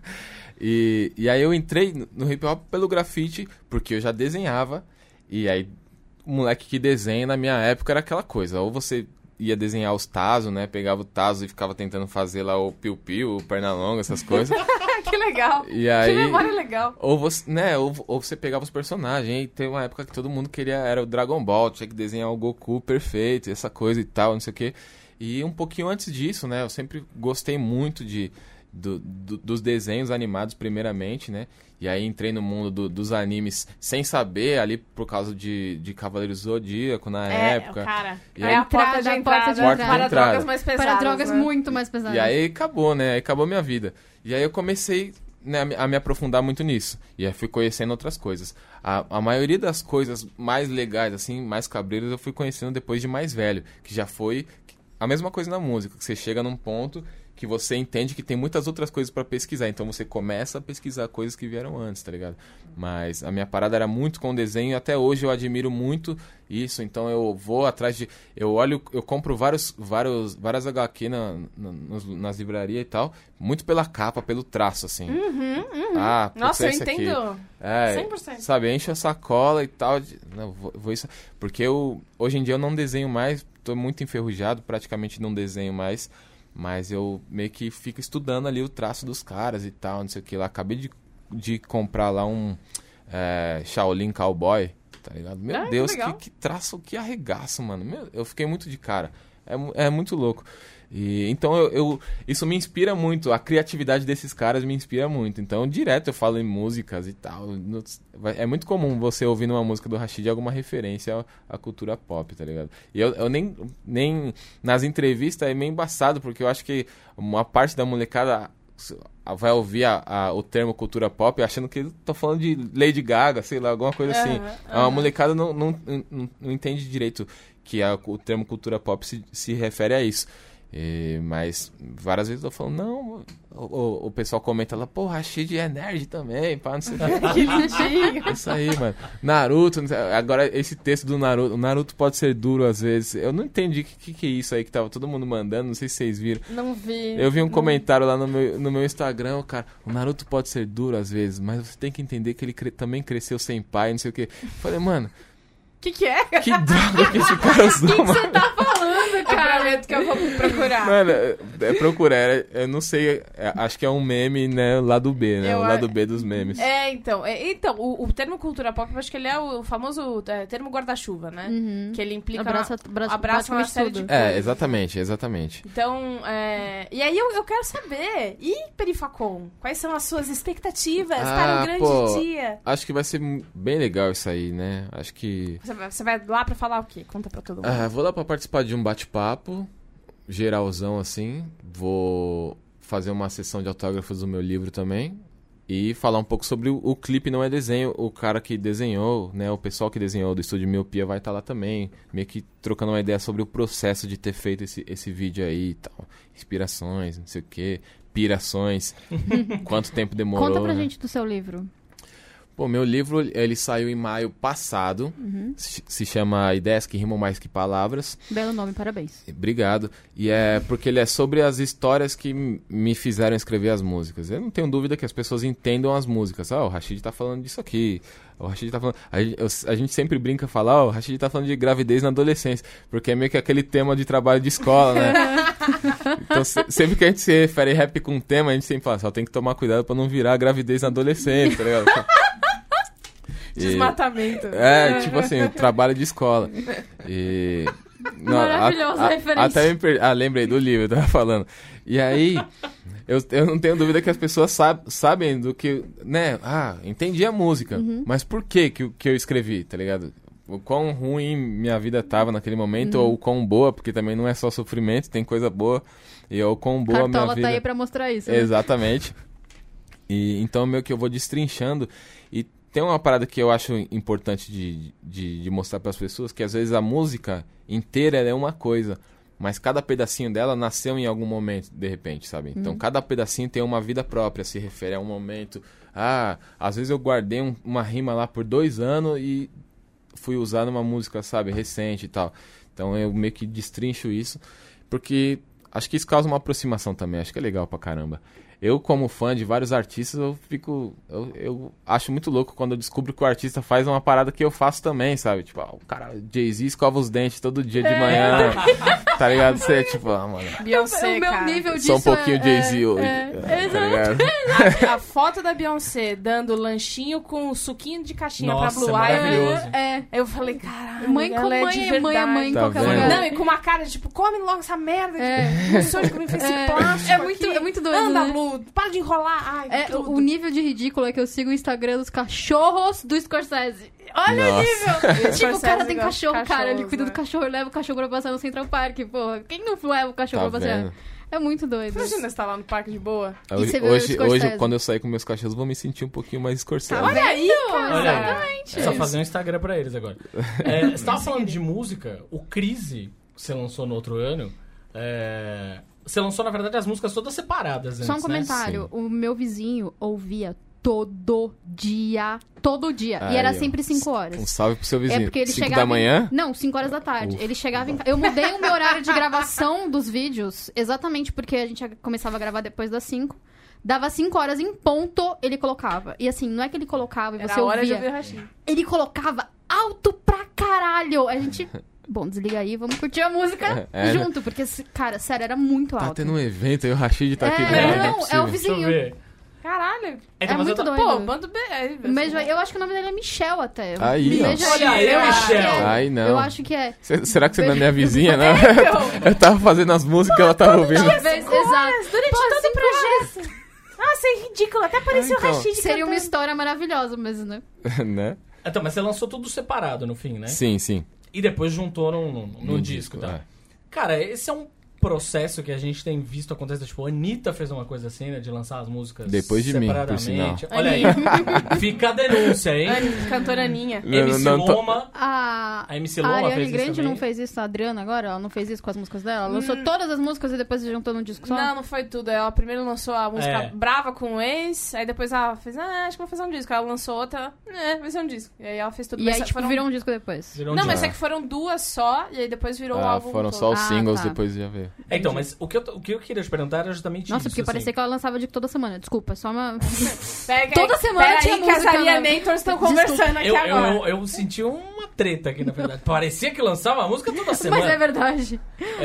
E, e aí eu entrei no- no hip hop pelo grafite, porque eu já desenhava, e aí o moleque que desenha na minha época era aquela coisa, ou você ia desenhar os tazos, né, pegava o tazo e ficava tentando fazer lá o piu-piu, o perna-longa, essas coisas, Que legal. e aí... Que memória legal. Ou você, né, ou, ou você pegava os personagens, e teve uma época que todo mundo queria, era o Dragon Ball, tinha que desenhar o Goku perfeito, essa coisa e tal, não sei o quê. E um pouquinho antes disso, né, eu sempre gostei muito de, do, do- dos desenhos animados primeiramente, né, e aí entrei no mundo do- dos animes sem saber, ali por causa de, de Cavaleiros do Zodíaco na É, época. cara. E é aí- a porta de Entrada, entrada, porta de entrada. para Entrada. drogas mais pesadas. Para drogas né? muito mais pesadas. E aí acabou, né? Aí acabou minha vida. E aí eu comecei, né, a me- a me aprofundar muito nisso. E aí fui conhecendo outras coisas. A, a maioria das coisas mais legais, assim, mais cabreiras, eu fui conhecendo depois de mais velho. Que já foi a mesma coisa na música. Que você chega num ponto que você entende que tem muitas outras coisas pra pesquisar. Então você começa a pesquisar coisas que vieram antes, tá ligado? Mas a minha parada era muito com desenho e até hoje eu admiro muito isso. Então eu vou atrás de... Eu olho, eu compro vários, vários, várias agá quê na, na, nas, nas livrarias e tal, muito pela capa, pelo traço, assim. Uhum, uhum. Ah, putz, Nossa, eu esse aqui. entendo É, cem por cento. sabe, enche a sacola e tal. de- Não, vou, vou isso. Porque eu, hoje em dia eu não desenho mais, tô muito enferrujado, praticamente não desenho mais. Mas eu meio que fico estudando ali o traço dos caras e tal, não sei o que lá. Acabei de, de comprar lá um é, Shaolin Cowboy, tá ligado? Meu Ah, que Deus, que, legal. que traço, que arregaço, mano. Meu, eu fiquei muito de cara. É, mu- é muito louco. E, então eu, eu- isso me inspira muito, a criatividade desses caras me inspira muito. Então direto eu falo em músicas e tal. No- vai- É muito comum você ouvir numa música do Rashid alguma referência à, à cultura pop, tá ligado? E eu, eu nem, nem nas entrevistas é meio embaçado, porque eu acho que uma parte da molecada vai ouvir a- a- o termo cultura pop achando que eu tô falando de Lady Gaga, sei lá, alguma coisa assim. Aham, A aham. molecada não, não, não, não entende direito que a- o termo cultura pop se, se refere a isso. E- mas várias vezes eu tô falando, não, o, o- o pessoal comenta lá, pô, Rashid é nerd também, pá, não sei o que. Que lindinho. Isso aí, mano. Naruto, não sei- agora esse texto do Naruto, o Naruto pode ser duro às vezes. Eu não entendi o que, que, que é isso aí que tava todo mundo mandando, não sei se vocês viram. Não vi. Eu vi um Não- comentário lá no meu, no meu Instagram, cara, o Naruto pode ser duro às vezes, mas você tem que entender que ele cre- também cresceu sem pai, não sei o que. Falei, mano, O que que é? que droga que esse cara usou, mano. Você tá falando, Eu cara? prometo que eu vou procurar. Mano, é, é procurar, é- eu não sei, é- acho que é um meme, né, lado B, né, Eu o a- lado B dos memes. É, então, é, então o, o termo cultura pop, eu acho que ele é o famoso é, termo guarda-chuva, né? Uhum. Que ele implica Abraça, na- abraça, abraça uma praticamente série tudo. de É, exatamente, exatamente. Então, é... e aí eu, eu quero saber, e Perifacom? Quais são as suas expectativas para Ah, o grande pô. dia? Acho que vai ser bem legal isso aí, né, acho que... Você vai, você vai lá pra falar o quê? Conta pra todo mundo. Ah, vou lá pra participar de um bate-papo, geralzão assim, vou fazer uma sessão de autógrafos do meu livro também, e falar um pouco sobre o, o clipe Não É Desenho, o cara que desenhou, né, o pessoal que desenhou do Estúdio Miopia vai estar lá também, meio que trocando uma ideia sobre o processo de ter feito esse, esse vídeo aí e tal, inspirações, não sei o que, pirações, quanto tempo demorou. Conta pra né? gente do seu livro. Pô, meu livro, ele saiu em maio passado, se, se chama Ideias que Rimam Mais Que Palavras. Belo nome, parabéns. Obrigado. E é porque ele é sobre as histórias que m- me fizeram escrever as músicas. Eu não tenho dúvida que as pessoas entendam as músicas. Ah, o Rashid tá falando disso aqui. O Rashid tá falando... A gente, eu- a gente sempre brinca e fala, ó, o Rashid tá falando de gravidez na adolescência. Porque é meio que aquele tema de trabalho de escola, né? Então, se- sempre que a gente se refere rap com um tema, a gente sempre fala, só tem que tomar cuidado pra não virar gravidez na adolescência, tá ligado? E- Desmatamento. é, tipo assim, o trabalho de escola. E... Não, Maravilhosa a- a- referência. Até me per... Ah, lembrei do livro, eu tava falando. E aí, eu, eu não tenho dúvida que as pessoas sab... sabem do que... Né? Ah, entendi a música. Mas por que que, eu- que eu escrevi, tá ligado? O quão ruim minha vida tava naquele momento, ou o quão boa, porque também não é só sofrimento, tem coisa boa. E o quão boa a minha Cartola vida... tá aí pra mostrar isso. né? Exatamente. E então meio que eu vou destrinchando. E tem uma parada que eu acho importante de, de, de mostrar para as pessoas, que às vezes a música inteira ela é uma coisa, mas cada pedacinho dela nasceu em algum momento, de repente, sabe? Então cada pedacinho tem uma vida própria, se refere a um momento. Ah, às vezes eu guardei um- uma rima lá por dois anos e fui usar numa música, sabe, recente e tal. Então eu meio que destrincho isso, porque acho que isso causa uma aproximação também, acho que é legal pra caramba. Eu, como fã de vários artistas, eu fico... Eu, eu acho muito louco quando eu descubro que o artista faz uma parada que eu faço também, sabe? Tipo, ah, o cara, Jay-Z escova os dentes todo dia de manhã, tá ligado? Você é tipo, ah, mano... Beyoncé, o meu cara. nível disso Só um pouquinho é, Jay-Z é, hoje, é, tá exato. ligado? A, a foto da Beyoncé dando lanchinho com suquinho de caixinha Nossa, pra Blue Eye. maravilhoso. É. Eu falei, caralho, Mãe com ela é mãe de é mãe é mãe em Tá qualquer vendo? lugar. Não, e com uma cara de tipo, come logo essa merda. É. Que sonho de comer esse É. plástico É muito- aqui. é muito doido, Anda, né? Blue, para de enrolar. Ai, É, tudo. o nível de ridículo é que eu sigo o Instagram dos cachorros do Scorsese. Olha o Nossa. nível! Tipo, o cara Scorsese tem gosta de cachorro, cara. Ele cachorros, cuida né? do cachorro, leva o cachorro pra passear no Central Park, porra. Quem não leva o cachorro Tá pra passear? vendo? É muito doido. Imagina você tá lá no parque de boa. E Hoje, você vê o hoje, Scorsese. hoje, quando eu sair com meus cachorros, vou me sentir um pouquinho mais Scorsese. Olha aí, cara. Olha aí. Exatamente. É só fazer um Instagram pra eles agora. É, você tava falando de música, o Crise, que você lançou no outro ano, é, você lançou, na verdade, as músicas todas separadas antes, Só um né? comentário. Sim. O meu vizinho ouvia todo dia. Todo dia. Aí, e era ó. sempre cinco horas. Um salve pro seu vizinho. É porque ele cinco chegava da manhã? Em... Não, cinco horas da tarde. Ufa. Ele chegava em ca- Eu mudei o meu horário de gravação dos vídeos exatamente porque a gente começava a gravar depois das cinco. Dava cinco horas em ponto, ele colocava. E assim, não é que ele colocava e Era você a hora de ouvia. ouvir o Rashid. Ele colocava alto pra caralho. A gente... Bom, desliga aí, vamos curtir a música É, né? junto. Porque, cara, sério, era muito Tá alto. tendo um evento aí, o Rashid tá aqui. É, do lado, não, é o possível. vizinho. Deixa eu ver. Caralho. Então, É mas eu muito tô- doido. Pô, manda o B R. Um beijo aí. Eu acho que o nome dele é Michel até. Aí, Me ó. beija Olha aí, eu acho que Michel. é. Aí, não. Eu acho que é. Cê- será que você não é minha vizinha, não? então. Eu tava fazendo as músicas e ela tava ouvindo. Talvez, exato. Durante todo o projeto. Nossa, é ridículo. Até apareceu Ah, então. o Rashid Seria uma cantando. história maravilhosa mesmo, né? né? Então, mas você lançou tudo separado no fim, né? Sim, sim. E depois juntou no, no, no disco, tá? é. Cara, esse é um processo que a gente tem visto acontecer. Tipo, a Anitta fez uma coisa assim, né? De lançar as músicas Depois de mim, por separadamente. sinal. Olha aí. Fica a denúncia, hein? Ai, cantora Aninha. Não, M C não, não tô- Loma. A, A M C a Loma Ariane fez isso Grande também. não fez isso, a Adriana agora? Ela não fez isso com as músicas dela? Ela lançou todas as músicas e depois se juntou num disco só? Não, não foi tudo. Ela primeiro lançou a música É. Brava com o ex, aí depois ela fez, ah, acho que vou fazer um disco. Aí ela lançou outra, é, vai ser um disco. E aí ela fez tudo. E Mas aí, tipo, foram... virou um disco depois. Virou um Não, mas disco. é que foram duas só, e aí depois virou o Ah, álbum foram todo. só os Ah, singles, tá. depois já veio. É, então, mas o que, eu, o que eu queria te perguntar era justamente Nossa, isso. porque parecia assim. que ela lançava disco toda semana. Desculpa, só uma... Pega, Toda semana pera tinha aí que as música, né? alienators estão conversando aqui Eu, agora. eu, eu, eu senti uma treta aqui, na verdade. Parecia que lançava a música toda semana. Mas é verdade.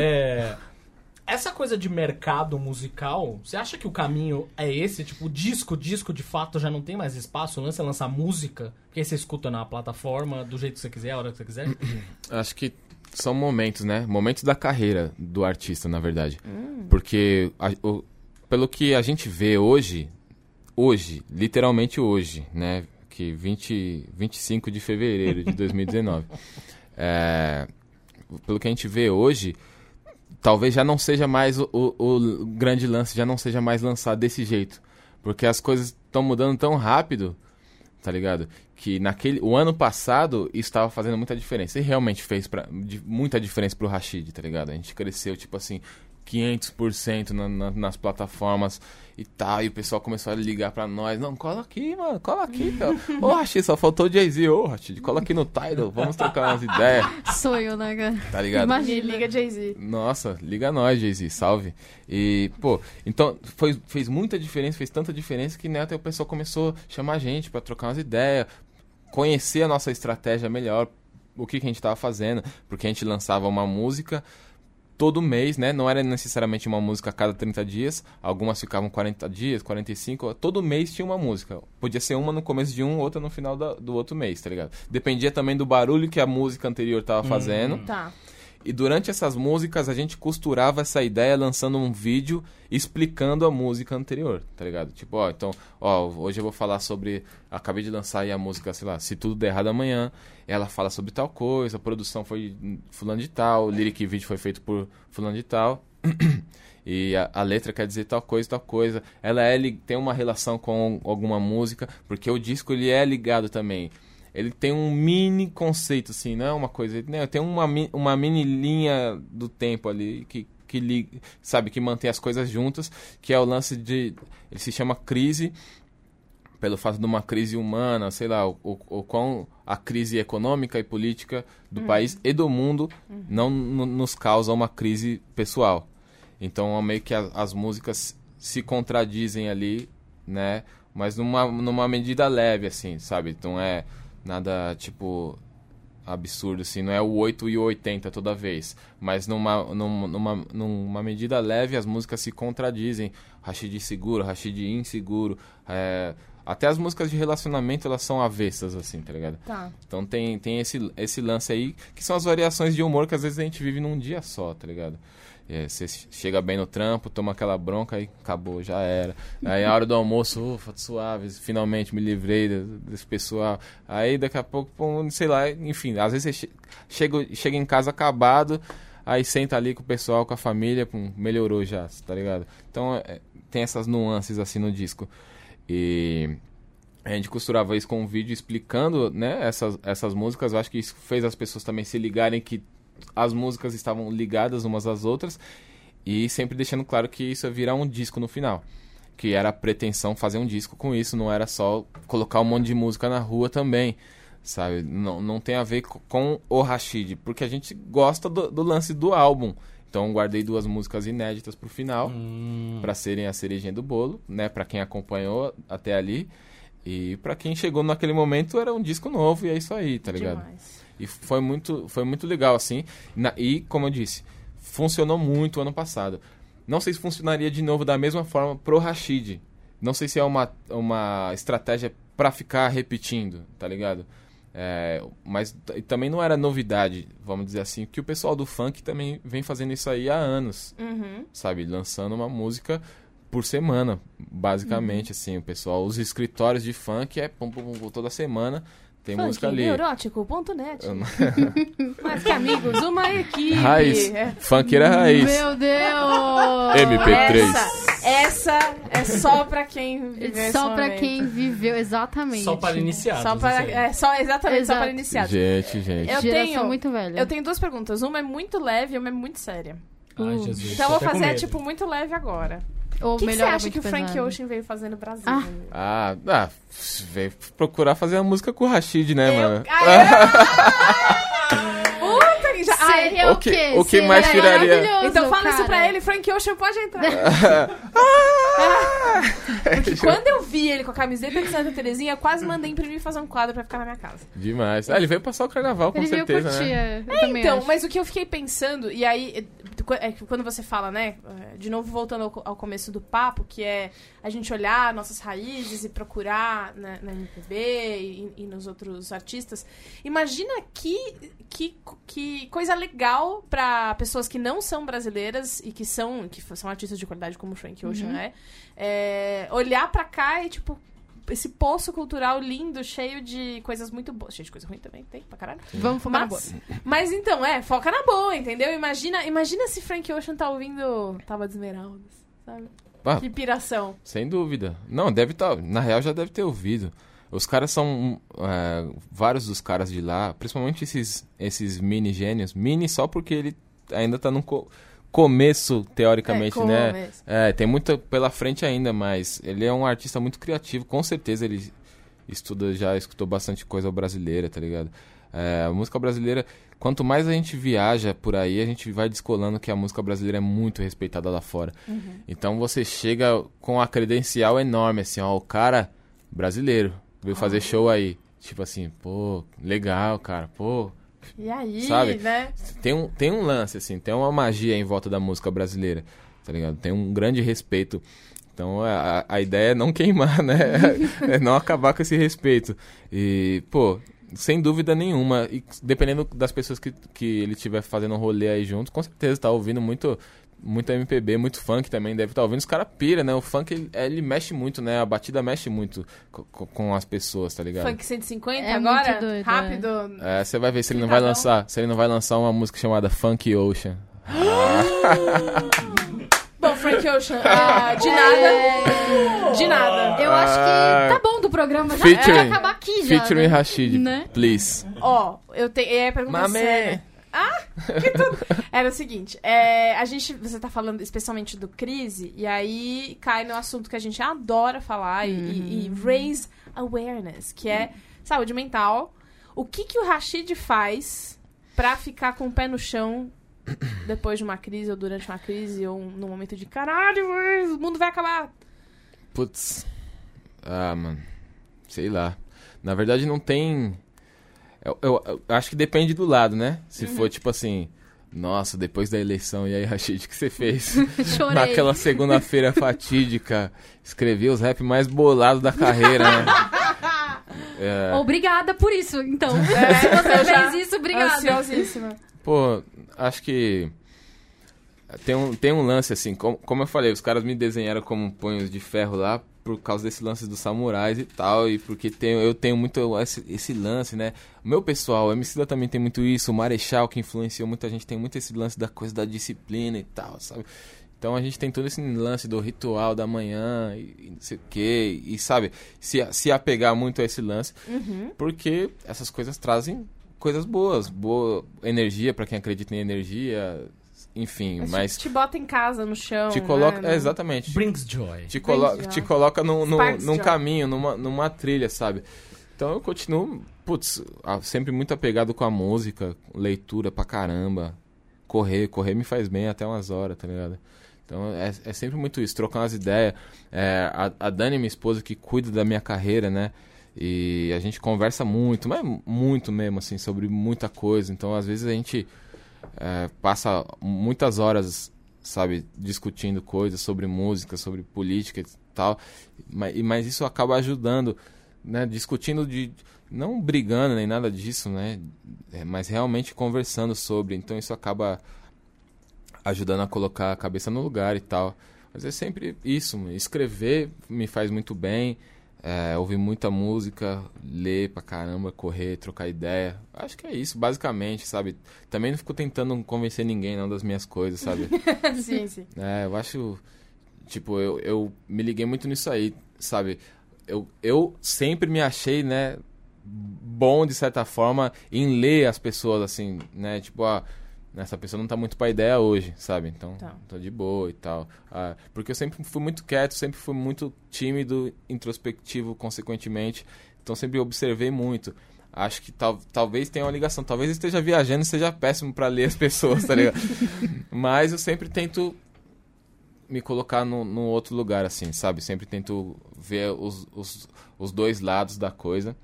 É, essa coisa de mercado musical, você acha que o caminho é esse? Tipo, o disco, disco de fato já não tem mais espaço? O lance é lançar música, que aí você escuta na plataforma, do jeito que você quiser, a hora que você quiser? Acho que são momentos, né? Momentos da carreira do artista, na verdade. Porque, a- o- pelo que a gente vê hoje, hoje, literalmente hoje, né? Que vinte, vinte e cinco de fevereiro de dois mil e dezenove. é, pelo que a gente vê hoje, talvez já não seja mais o, o- o grande lance, já não seja mais lançado desse jeito. Porque as coisas estão mudando tão rápido, tá ligado? Que naquele, o ano passado isso estava fazendo muita diferença. E realmente fez pra, de, muita diferença pro Rashid, tá ligado? A gente cresceu, tipo assim, quinhentos por cento na, na, nas plataformas e tal. E o pessoal começou a ligar pra nós. Não, cola aqui, mano, cola aqui, cara. Ô, Rashid, só faltou o Jay-Z. Ô, Rashid, cola aqui no Tidal, vamos trocar umas ideias, Sonho, né, cara? tá ligado? Me Imagina. liga Jay-Z. Nossa, liga nós, Jay-Z, salve. E, pô, então foi, fez muita diferença, fez tanta diferença que, né, até o pessoal começou a chamar a gente pra trocar umas ideias, conhecer a nossa estratégia melhor, o que, que a gente tava fazendo, porque a gente lançava uma música todo mês, né, não era necessariamente uma música a cada trinta dias, algumas ficavam quarenta dias, quarenta e cinco, todo mês tinha uma música, podia ser uma no começo de um, outra no final da- do outro mês, tá ligado? Dependia também do barulho que a música anterior tava fazendo. Tá. E durante essas músicas a gente costurava essa ideia lançando um vídeo explicando a música anterior, tá ligado? Tipo, ó, então, ó, hoje eu vou falar sobre... Acabei de lançar aí a música, sei lá, Se Tudo Der Errado Amanhã. Ela fala sobre tal coisa, a produção foi fulano de tal, o lyric vídeo foi feito por fulano de tal. E a, a letra quer dizer tal coisa, tal coisa. Ela é, li- tem uma relação com alguma música, porque o disco ele é ligado também. Ele tem um mini conceito, assim, não é uma coisa... Né? Tem uma, mi- uma mini linha do tempo ali que, que liga, sabe, que mantém as coisas juntas, que é o lance de... Ele se chama crise, pelo fato de uma crise humana, sei lá, o, o, o quão a crise econômica e política do país e do mundo não n- nos causa uma crise pessoal. Então, é meio que a- as músicas se contradizem ali, né? Mas numa, numa medida leve, assim, sabe? Então é nada, tipo, absurdo, assim. Não é o oito e o oitenta toda vez. Mas numa, numa, numa, numa medida leve, as músicas se contradizem. Rashid seguro, Rashid inseguro. É, até as músicas de relacionamento, elas são avessas, assim, tá ligado? Tá. Então tem, tem esse, esse lance aí, que são as variações de humor que às vezes a gente vive num dia só, tá ligado? É, você chega bem no trampo, toma aquela bronca e acabou, já era. Aí a hora do almoço, ufa, suave, finalmente me livrei desse, desse pessoal. Aí daqui a pouco, pô, sei lá, enfim, às vezes você che- chega, chega em casa acabado, aí senta ali com o pessoal, com a família, pum, melhorou já, tá ligado? Então é, tem essas nuances assim no disco. E a gente costurava isso com um vídeo explicando, né, essas, essas músicas. Eu acho que isso fez as pessoas também se ligarem que as músicas estavam ligadas umas às outras. E sempre deixando claro que isso ia virar um disco no final. Que era a pretensão fazer um disco com isso, não era só colocar um monte de música na rua também, sabe? Não, não tem a ver com o Rashid, porque a gente gosta do, do lance do álbum. Então guardei duas músicas inéditas pro final, Hum. pra serem a cerejinha do bolo, né? Pra quem acompanhou até ali. E pra quem chegou naquele momento era um disco novo e é isso aí, tá ligado? Demais. E foi muito, foi muito legal, assim. Na, e, como eu disse, funcionou muito ano passado. Não sei se funcionaria de novo da mesma forma pro Rashid. Não sei se é uma, uma estratégia pra ficar repetindo, tá ligado? É, mas t- também não era novidade, vamos dizer assim, que o pessoal do funk também vem fazendo isso aí há anos, Uhum. sabe? Lançando uma música por semana, basicamente, assim. O pessoal, os escritórios de funk é pum, pum, pum, toda semana tem música ali. Neurótico ponto net. Eu não- Mais que amigos, uma equipe. Raiz. É. Funkeira raiz. Meu Deus! M P três. Essa, essa é só pra quem viveu esse Só pra momento. quem viveu, exatamente. Só para iniciados. Só para, isso aí. é, só, exatamente, Exato. só para iniciados. Gente, gente. Eu Geração tenho- muito velha. Eu tenho duas perguntas. Uma é muito leve e uma é muito séria. Ai, Jesus. Então eu tô vou até com fazer, medo. tipo, muito leve agora. Ou O que, que você melhor, é acha que muito o Frank pesado. Ocean veio fazer no Brasil? Ah. Ah, ah, veio procurar fazer uma música com o Rashid, né, Eu... mano? Ah, é? Puta que já... Ai, Seria O o que- quê? o que Seria mais tiraria- maravilhoso, então fala isso cara. pra ele, Frank Ocean pode entrar. Porque quando eu vi ele com a camiseta de Santa Terezinha, eu quase mandei imprimir e fazer um quadro pra ficar na minha casa. Demais. Ah, ele veio passar o carnaval, com Ele veio certeza, curtir, né? é, eu também Então, acho. mas o que eu fiquei pensando, e aí, é que quando você fala, né, de novo voltando ao, ao começo do papo, que é a gente olhar nossas raízes e procurar na, na M P B e, e nos outros artistas, imagina que, que, que coisa legal pra pessoas que não são brasileiras e que são, que são artistas de qualidade como o Frank Ocean, né, é, olhar pra cá e, tipo, esse poço cultural lindo, cheio de coisas muito boas. Cheio de coisa ruim também, tem pra caralho. Vamos focar na boa. Mas, mas então, é, foca na boa, entendeu? Imagina, imagina se Frank Ocean tá ouvindo Tábua de Esmeraldas, sabe? Ah, Que piração. sem dúvida. Não, deve estar. Na real, já deve ter ouvido. Os caras são. É, vários dos caras de lá, principalmente esses, esses mini gênios. Mini só porque ele ainda tá no co- começo, teoricamente, É, né? começo. É, tem muito pela frente ainda, mas ele é um artista muito criativo. Com certeza ele estuda, já escutou bastante coisa brasileira, tá ligado? É, a música brasileira, quanto mais a gente viaja por aí, a gente vai descolando que a música brasileira é muito respeitada lá fora. Então você chega com a credencial enorme, assim, ó, o cara brasileiro veio fazer show aí. Tipo assim, pô, legal, cara, pô. E aí, Sabe? né? Tem um, tem um lance, assim, tem uma magia em volta da música brasileira, tá ligado? Tem um grande respeito. Então a, a ideia é não queimar, né? É não acabar com esse respeito. E, pô, sem dúvida nenhuma, e dependendo das pessoas que, que ele estiver fazendo um rolê aí junto, com certeza tá ouvindo muito, muito M P B, muito funk também deve estar ouvindo. Os caras pira, né? O funk, ele, ele mexe muito, né? A batida mexe muito co- com as pessoas, tá ligado? Funk cento e cinquenta É agora? muito doido, Rápido. É, você vai ver se ele não vai Cidadão. lançar, se ele não vai lançar uma música chamada Funk Ocean. Bom, Frank Ocean, ah, de nada. De nada. Eu acho Ah, que tá bom do programa, já featuring- pode acabar aqui já. Featuring né? Rashid, Né? please. Ó, eu tenho. É pergunta Mamé. séria. Ah, que tudo. Era o seguinte, é, a gente, você tá falando especialmente do Crise, e aí cai no assunto que a gente adora falar e, e- e raise awareness, que é saúde mental. O que que o Rashid faz pra ficar com o pé no chão depois de uma crise, ou durante uma crise, ou num momento de caralho, o mundo vai acabar? Putz. Ah, mano. Sei lá. Na verdade, não tem. Eu, eu- eu acho que depende do lado, né? Se for tipo assim. Nossa, depois da eleição, e aí, Rashid, o que você fez? Chorei. Naquela segunda-feira fatídica. Escrevi os rap mais bolados da carreira, né? É, Obrigada por isso, então. É, Se você eu já- fez isso, obrigada. Ansiosíssima. pô, acho que. Tem um, tem um lance assim, como, como eu falei, os caras me desenharam como punhos de ferro lá por causa desse lance dos samurais e tal, e porque tenho, eu tenho muito esse, esse lance, né? O meu pessoal, o Emicida também tem muito isso, o Marechal, que influenciou muita gente, tem muito esse lance da coisa da disciplina e tal, sabe? Então a gente tem todo esse lance do ritual da manhã e, e não sei o quê, e sabe, se, se apegar muito a esse lance, porque essas coisas trazem coisas boas, boa energia pra quem acredita em energia, enfim, Mas mas te, te bota em casa, no chão. te coloca, né? é, exatamente, Brings joy. te, colo Brings te joy. coloca num, num, Sparks num joy. caminho, numa, numa trilha, sabe? Então eu continuo, putz, ah, sempre muito apegado com a música, leitura pra caramba, correr, correr me faz bem até umas horas, tá ligado? Então é, é sempre muito isso, trocar umas ideias. É, a, a Dani, minha esposa, que cuida da minha carreira, né? E a gente conversa muito, mas muito mesmo, assim, sobre muita coisa. Então, às vezes, a gente é, passa muitas horas, sabe, discutindo coisas sobre música, sobre política e tal. Mas, mas isso acaba ajudando, né? Discutindo de... Não brigando nem nada disso, né? É, mas realmente conversando sobre. Então, isso acaba ajudando a colocar a cabeça no lugar e tal. Mas é sempre isso, escrever me faz muito bem. É, ouvir muita música, ler pra caramba, correr, trocar ideia. Acho que é isso, basicamente, sabe? Também não fico tentando convencer ninguém, não, das minhas coisas, sabe? Sim, sim. É, eu acho... Tipo, eu, eu me liguei muito nisso aí, sabe? Eu, eu sempre me achei, né, bom, de certa forma, em ler as pessoas, assim, né? Tipo, ah, essa pessoa não tá muito pra ideia hoje, sabe? Então, Tá. tô de boa e tal. Ah, porque eu sempre fui muito quieto, sempre fui muito tímido, introspectivo, consequentemente. Então, sempre observei muito. Acho que tal, talvez tenha uma ligação. Talvez eu esteja viajando e seja péssimo pra ler as pessoas, tá ligado? Mas eu sempre tento me colocar no, no outro lugar, assim, sabe? Sempre tento ver os, os, os dois lados da coisa.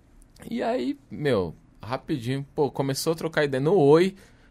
E aí, meu, rapidinho, pô, começou a trocar ideia no Oi.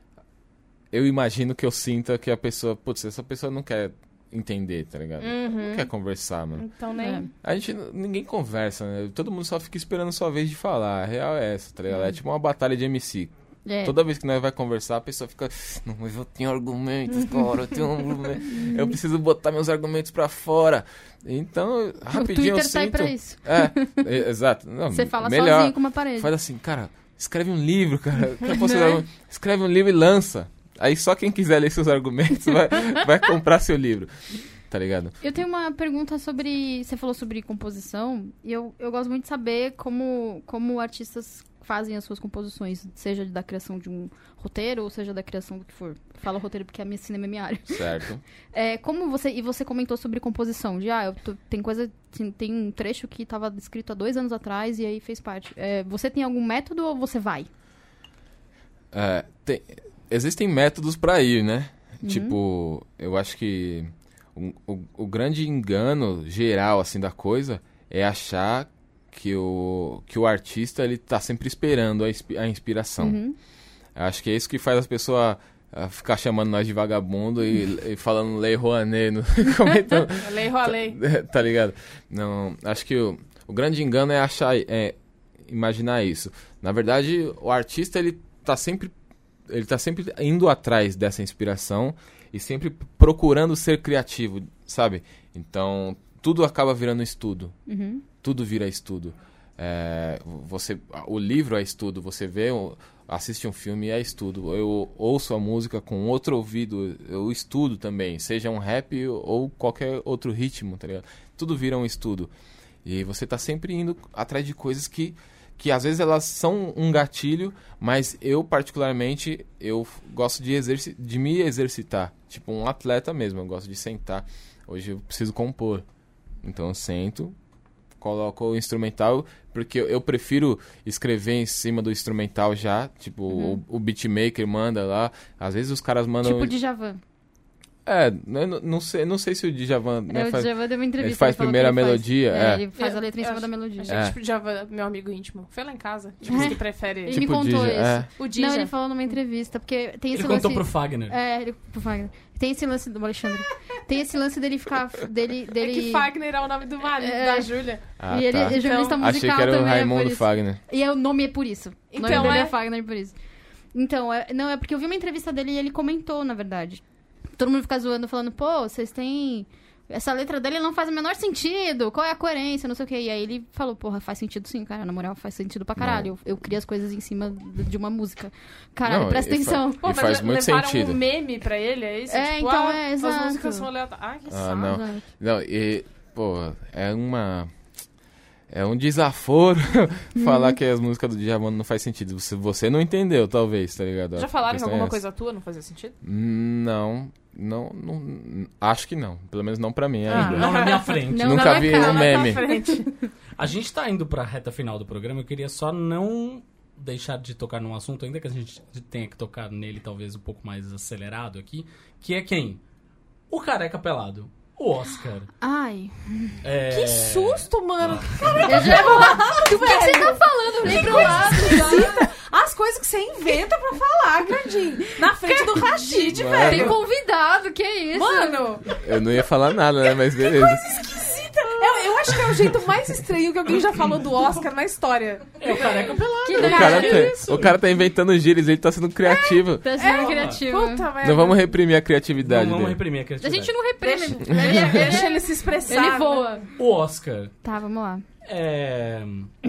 Eu imagino que eu sinta que a pessoa... Putz, essa pessoa não quer entender, tá ligado? Uhum. Não quer conversar, mano. Então nem... É. A gente... Ninguém conversa, né? Todo mundo só fica esperando a sua vez de falar. A real é essa, tá ligado? É tipo uma batalha de M C. É. Toda vez que nós vai conversar, a pessoa fica... Não, mas eu tenho argumentos, cara. Eu tenho argumentos. Eu preciso botar meus argumentos pra fora. Então, rapidinho o Twitter eu tá sinto... aí pra isso. É, é, exato. Não, Você fala melhor. sozinho com uma parede. Faz assim, cara... Escreve um livro, cara. Eu posso dar um- Escreve um livro e lança. Aí só quem quiser ler seus argumentos vai, vai comprar seu livro. Tá ligado? Eu tenho uma pergunta sobre... Você falou sobre composição. E eu, eu gosto muito de saber como, como artistas fazem as suas composições. Seja da criação de um roteiro, ou seja da criação do que for. Eu falo roteiro porque a minha cinema é minha área. Certo. É, como você... E você comentou sobre composição. De, ah, eu tô- tem coisa... Tem, tem um trecho que estava escrito há dois anos atrás e aí fez parte. É, você tem algum método ou você vai? É, tem- existem métodos pra ir, né? Tipo, eu acho que o, o, o grande engano geral, assim, da coisa é achar que o, que o artista, ele tá sempre esperando a, inspi- a inspiração. Uhum. Eu acho que é isso que faz as pessoas ah, ficar chamando nós de vagabundo e, e falando Lei Rouanet, no, comentando, Lei rolei. tá ligado? Não, acho que o, o grande engano é achar, é imaginar isso. Na verdade, o artista, ele tá sempre, ele tá sempre indo atrás dessa inspiração e sempre procurando ser criativo, sabe? Então, tudo acaba virando estudo. Uhum. Tudo vira estudo. É, você, o livro é estudo, você vê, assiste um filme é estudo. Eu ouço a música com outro ouvido, eu estudo também, seja um rap ou qualquer outro ritmo, tá ligado? Tudo vira um estudo. E você tá sempre indo atrás de coisas que, que às vezes elas são um gatilho, mas eu particularmente, eu gosto de, exerci- de me exercitar. Tipo um atleta mesmo, eu gosto de sentar. Hoje eu preciso compor. Então eu sento, coloco o instrumental, porque eu, eu prefiro escrever em cima do instrumental já. Tipo, Uhum. o, o beatmaker manda lá. Às vezes os caras mandam... Tipo Djavan. É, eu não, não, sei, não sei se o Djavan... Né, É, o faz... Djavan deu uma entrevista. ele faz falou primeiro que a ele melodia, Faz, é. ele faz a letra em Eu cima acho- da melodia. A gente É. podia, meu amigo íntimo, foi lá em casa. Tipo, É. que prefere. Ele Tipo me contou Dja- isso. é. O Dija. Não, ele falou numa entrevista, porque tem esse Ele lance... contou pro Fagner. É, ele pro Fagner. Tem esse lance do Alexandre. Tem esse lance dele ficar... Dele, É dele... que Fagner é o nome do marido É. da Júlia. Ah, e ele tá. é jornalista Então, musical Achei que era o também, é por Raimundo isso. Fagner. E é, o nome é por isso. O Então, nome dele é é? Fagner por isso. Então, é, não, é porque eu vi uma entrevista dele e ele comentou, na verdade. Todo mundo fica zoando, falando, pô, vocês têm... Essa letra dele não faz o menor sentido. Qual é a coerência? Não sei o quê. E aí ele falou, porra, faz sentido sim, cara. Na moral, faz sentido pra caralho. Eu, eu crio as coisas em cima de uma música. Caralho, Não, presta e fa- atenção. Pô, E mas faz le- muito levaram sentido. um meme pra ele, é isso? É, tipo, então, ah, é, As exato. músicas são aleatórias. Ai, que Ah, saco. não. Exato. Não, e, pô, é uma... é um desaforo falar que as músicas do Djavan não faz sentido. Você, você não entendeu, talvez, tá ligado? Já A falaram que questão é alguma essa. coisa tua não fazia sentido? Não, não, não. Acho que não. Pelo menos não pra mim Ah. ainda. Não na minha frente. Não, Nunca Na vi minha cara, um na meme. tua frente. A gente tá indo pra reta final do programa. Eu queria só não deixar de tocar num assunto, ainda que a gente tenha que tocar nele talvez um pouco mais acelerado aqui, que é quem? O Careca Pelado. O Oscar. Ai. É... Que susto, mano. Eu já vou lá. O que você tá falando? Olhei pro lado. As coisas que você inventa pra falar, Gandinho. Na frente do Rashid, Mano. velho. Tem convidado, que isso? Mano, Eu não ia falar nada, né? Mas beleza. esquisita. Eu, eu acho que é o jeito mais estranho que alguém já falou do Oscar na história. É o Careca Pelado. Que O legal. cara, é tá, o cara tá inventando gírias, ele tá sendo criativo. Tá sendo É, criativo. Puta merda. Não vamos reprimir a criatividade Não vamos dele. reprimir a A criatividade. gente não reprime. Deixa, Ele, deixa, ele- deixa ele se expressar. ele né? voa. O Oscar Tá, vamos lá. é...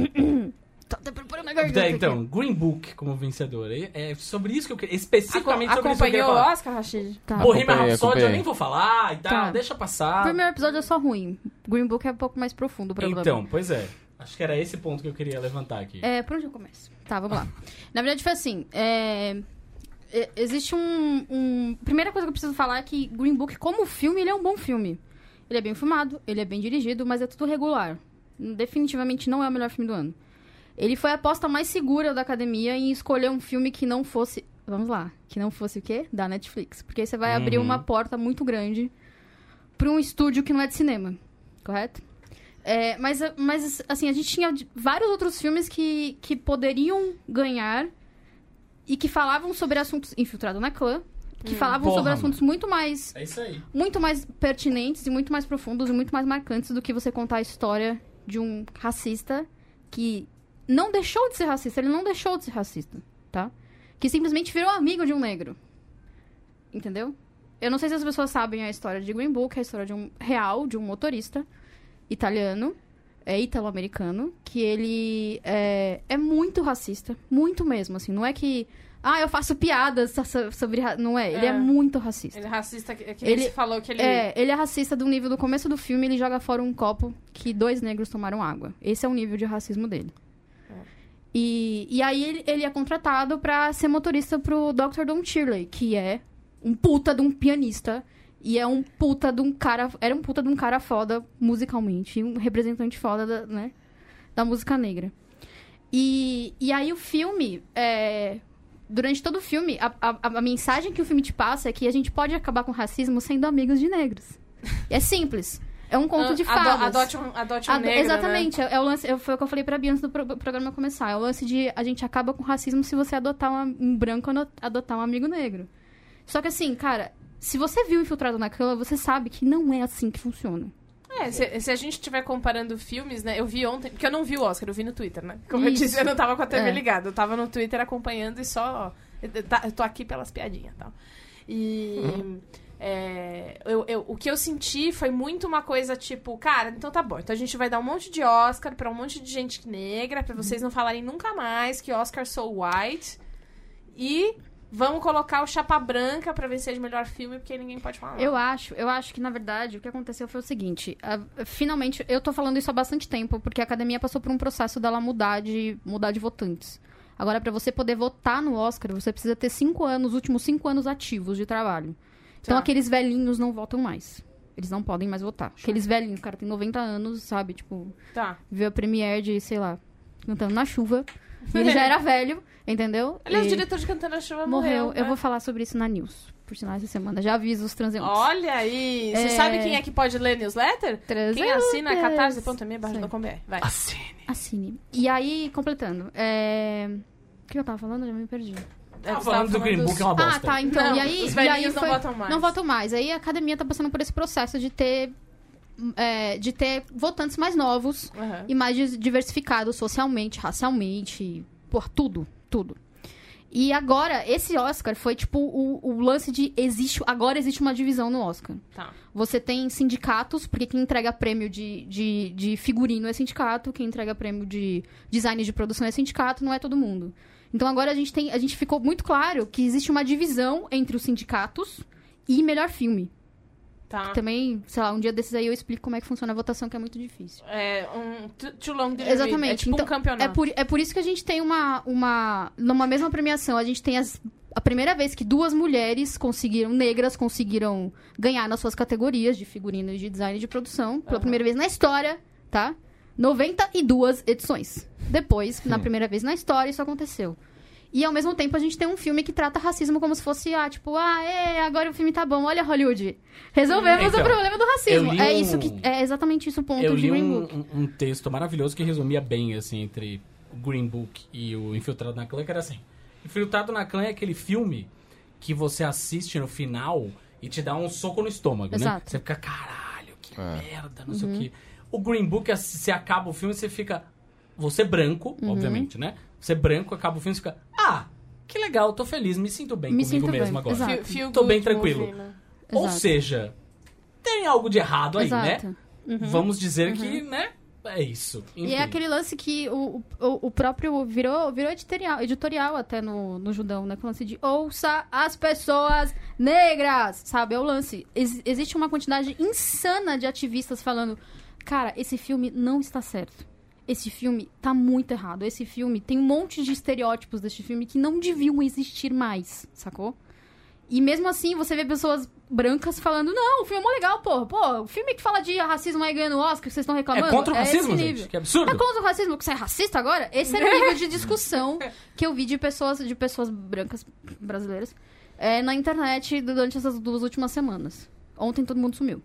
Tá até preparando a é, garganta então, aqui. Green Book como vencedor. É, é sobre isso que eu queria... Especificamente Aco- sobre isso que eu queria Acompanhou o falar. Oscar, Rashid? Tá. Bohemian Acompanhei, Rhapsody eu acompanhei. nem vou falar e tal. Tá. Deixa O passar. primeiro episódio é só ruim. Green Book é um pouco mais profundo o problema. Então, pois é. Acho que era esse ponto que eu queria levantar aqui. É, por onde eu começo? Tá, vamos lá. Na verdade, foi assim. É... é, Existe um, um... Primeira coisa que eu preciso falar é que Green Book, como filme, ele é um bom filme. Ele é bem filmado, ele é bem dirigido, mas é tudo regular. Definitivamente não é o melhor filme do ano. Ele foi a aposta mais segura da academia em escolher um filme que não fosse... Vamos lá. Que não fosse o quê? Da Netflix. Porque aí você vai abrir Uhum. uma porta muito grande pra um estúdio que não é de cinema. Correto? É, mas, mas, assim, a gente tinha vários outros filmes que, que poderiam ganhar e que falavam sobre assuntos... Infiltrado na Clã. Que falavam Porra, sobre mano. assuntos muito mais... É isso aí. Muito mais pertinentes e muito mais profundos e muito mais marcantes do que você contar a história de um racista que não deixou de ser racista. Ele não deixou de ser racista, tá? Que simplesmente virou amigo de um negro. Entendeu? Eu não sei se as pessoas sabem a história de Green Book, a história de um real, de um motorista italiano, é italo-americano, que ele é, é muito racista, muito mesmo, assim. Não é que, ah, eu faço piadas so- sobre... ra- Não é, ele é, É. muito racista. Ele é racista, que, que Ele- ele falou que ele... É, ele é racista do nível do começo do filme, ele joga fora um copo que dois negros tomaram água. Esse é o nível de racismo dele. E, e aí ele, ele é contratado pra ser motorista pro doutor Don Shirley, que é um puta de um pianista. E é um puta de um cara... Era um puta de um cara foda musicalmente. Um representante foda da, né, da música negra. E, e aí o filme... É, durante todo o filme, a, a, a mensagem que o filme te passa é que a gente pode acabar com o racismo sendo amigos de negros. É simples. É um conto de Ah, ado- fadas. Adote um, adote um Ado- negro, Exatamente. É, é o lance, é- foi o que eu falei pra Bia antes do pro- programa começar. É o lance de a gente acaba com o racismo se você adotar uma- um branco ou adotar um amigo negro. Só que assim, cara, se você viu Infiltrado na Clã, você sabe que não é assim que funciona. É, se, se a gente estiver comparando filmes, né? Eu vi ontem, porque eu não vi o Oscar, eu vi no Twitter, né? Como eu Isso. disse, eu não tava com a T V É. ligada. Eu tava no Twitter acompanhando e só... Eu, eu tá- eu tô aqui pelas piadinhas e tal. E... é, eu, eu- o que eu senti foi muito uma coisa tipo, cara, então tá bom. Então a gente vai dar um monte de Oscar pra um monte de gente negra, pra vocês não falarem nunca mais que Oscar so white. E vamos colocar o Chapa Branca pra vencer de melhor filme, porque ninguém pode falar. Eu acho, eu acho que, na verdade, o que aconteceu foi o seguinte. a- finalmente, eu tô falando isso há bastante tempo, porque a academia passou por um processo dela mudar de, mudar de votantes. Agora, pra você poder votar no Oscar, você precisa ter cinco anos, os últimos cinco anos ativos de trabalho. Então, Tá. aqueles velhinhos não votam mais. Eles não podem mais votar. Aqueles velhinhos, o cara tem noventa anos, sabe? Tipo, Tá. viu a premiere de, sei lá, Cantando na Chuva. E ele já era velho, entendeu? Aliás, o E diretor de Cantando na Chuva morreu. morreu. Eu né? vou falar sobre isso na news, por sinal, essa semana. Já aviso os transeuntes. Olha aí! Você É. sabe quem é que pode ler newsletter? Quem assina é catarse ponto me barra Sei. com br. Vai. Assine. Assine. E aí, completando. É... O que eu tava falando? Eu já me perdi. É, Tava você falando do Green dos- Book é uma Ah, bosta. tá. Então, Não, e aí... os e aí velhinhos não foi... votam mais. Não votam mais. Aí a academia tá passando por esse processo de ter... é, de ter votantes mais novos Aham. e mais dis- diversificados socialmente, racialmente, por tudo, tudo. E agora, esse Oscar foi tipo o, o lance de existe, agora existe uma divisão no Oscar. Tá. Você tem sindicatos, porque quem entrega prêmio de, de, de figurino é sindicato, quem entrega prêmio de design de produção é sindicato, não é todo mundo. Então agora a gente tem, a gente ficou muito claro que existe uma divisão entre os sindicatos e melhor filme. Tá. Também, sei lá, um dia desses aí eu explico como é que funciona a votação, que é muito difícil. É um too- too long delivery. Exatamente. É tipo então, um campeonato. É por, é por isso que a gente tem uma, uma... Numa mesma premiação, a gente tem as, a primeira vez que duas mulheres conseguiram, negras, conseguiram ganhar nas suas categorias de figurino e de design e de produção. Pela Aham. primeira vez na história, tá? noventa e duas edições. Depois, na primeira vez na história, isso aconteceu. E, ao mesmo tempo, a gente tem um filme que trata racismo como se fosse, ah, tipo, ah, é, agora o filme tá bom, olha Hollywood. Resolvemos Então, o problema do racismo. eu li É um- isso que... É exatamente isso o ponto Eu de li Green um, Book. um, um texto maravilhoso que resumia bem, assim, entre o Green Book e o Infiltrado na Clã, que era assim, Infiltrado na Clã é aquele filme que você assiste no final e te dá um soco no estômago, né? Exato. Você fica, caralho, que É. merda, não sei o quê. O Green Book, você acaba o filme e você fica... Você branco, Uhum. obviamente, né? Você branco, acaba o filme e fica... Ah, que legal, tô feliz, me sinto bem Me comigo sinto mesmo bem, agora. exato. Feel- feel Tô bem good tranquilo. movie, né? Ou Exato. seja, tem algo de errado aí, Exato. né? Vamos dizer que, né? É isso. E Enfim. é aquele lance que o, o, o próprio virou, virou editorial, editorial até no, no Judão, né? Com o lance de ouça as pessoas negras, sabe? É o lance. Ex- existe uma quantidade insana de ativistas falando, cara, esse filme não está certo. Esse filme tá muito errado. Esse filme tem um monte de estereótipos desse filme que não deviam existir mais, sacou? E mesmo assim, você vê pessoas brancas falando, não, o filme é mó legal, porra. Pô, o filme que fala de racismo aí ganhando Oscar, que vocês estão reclamando. É contra o racismo, esse gente? nível. Que absurdo. É contra o racismo? Que você é racista agora? Esse era o nível de discussão que eu vi de pessoas, de pessoas brancas brasileiras é, na internet durante essas duas últimas semanas. Ontem todo mundo sumiu.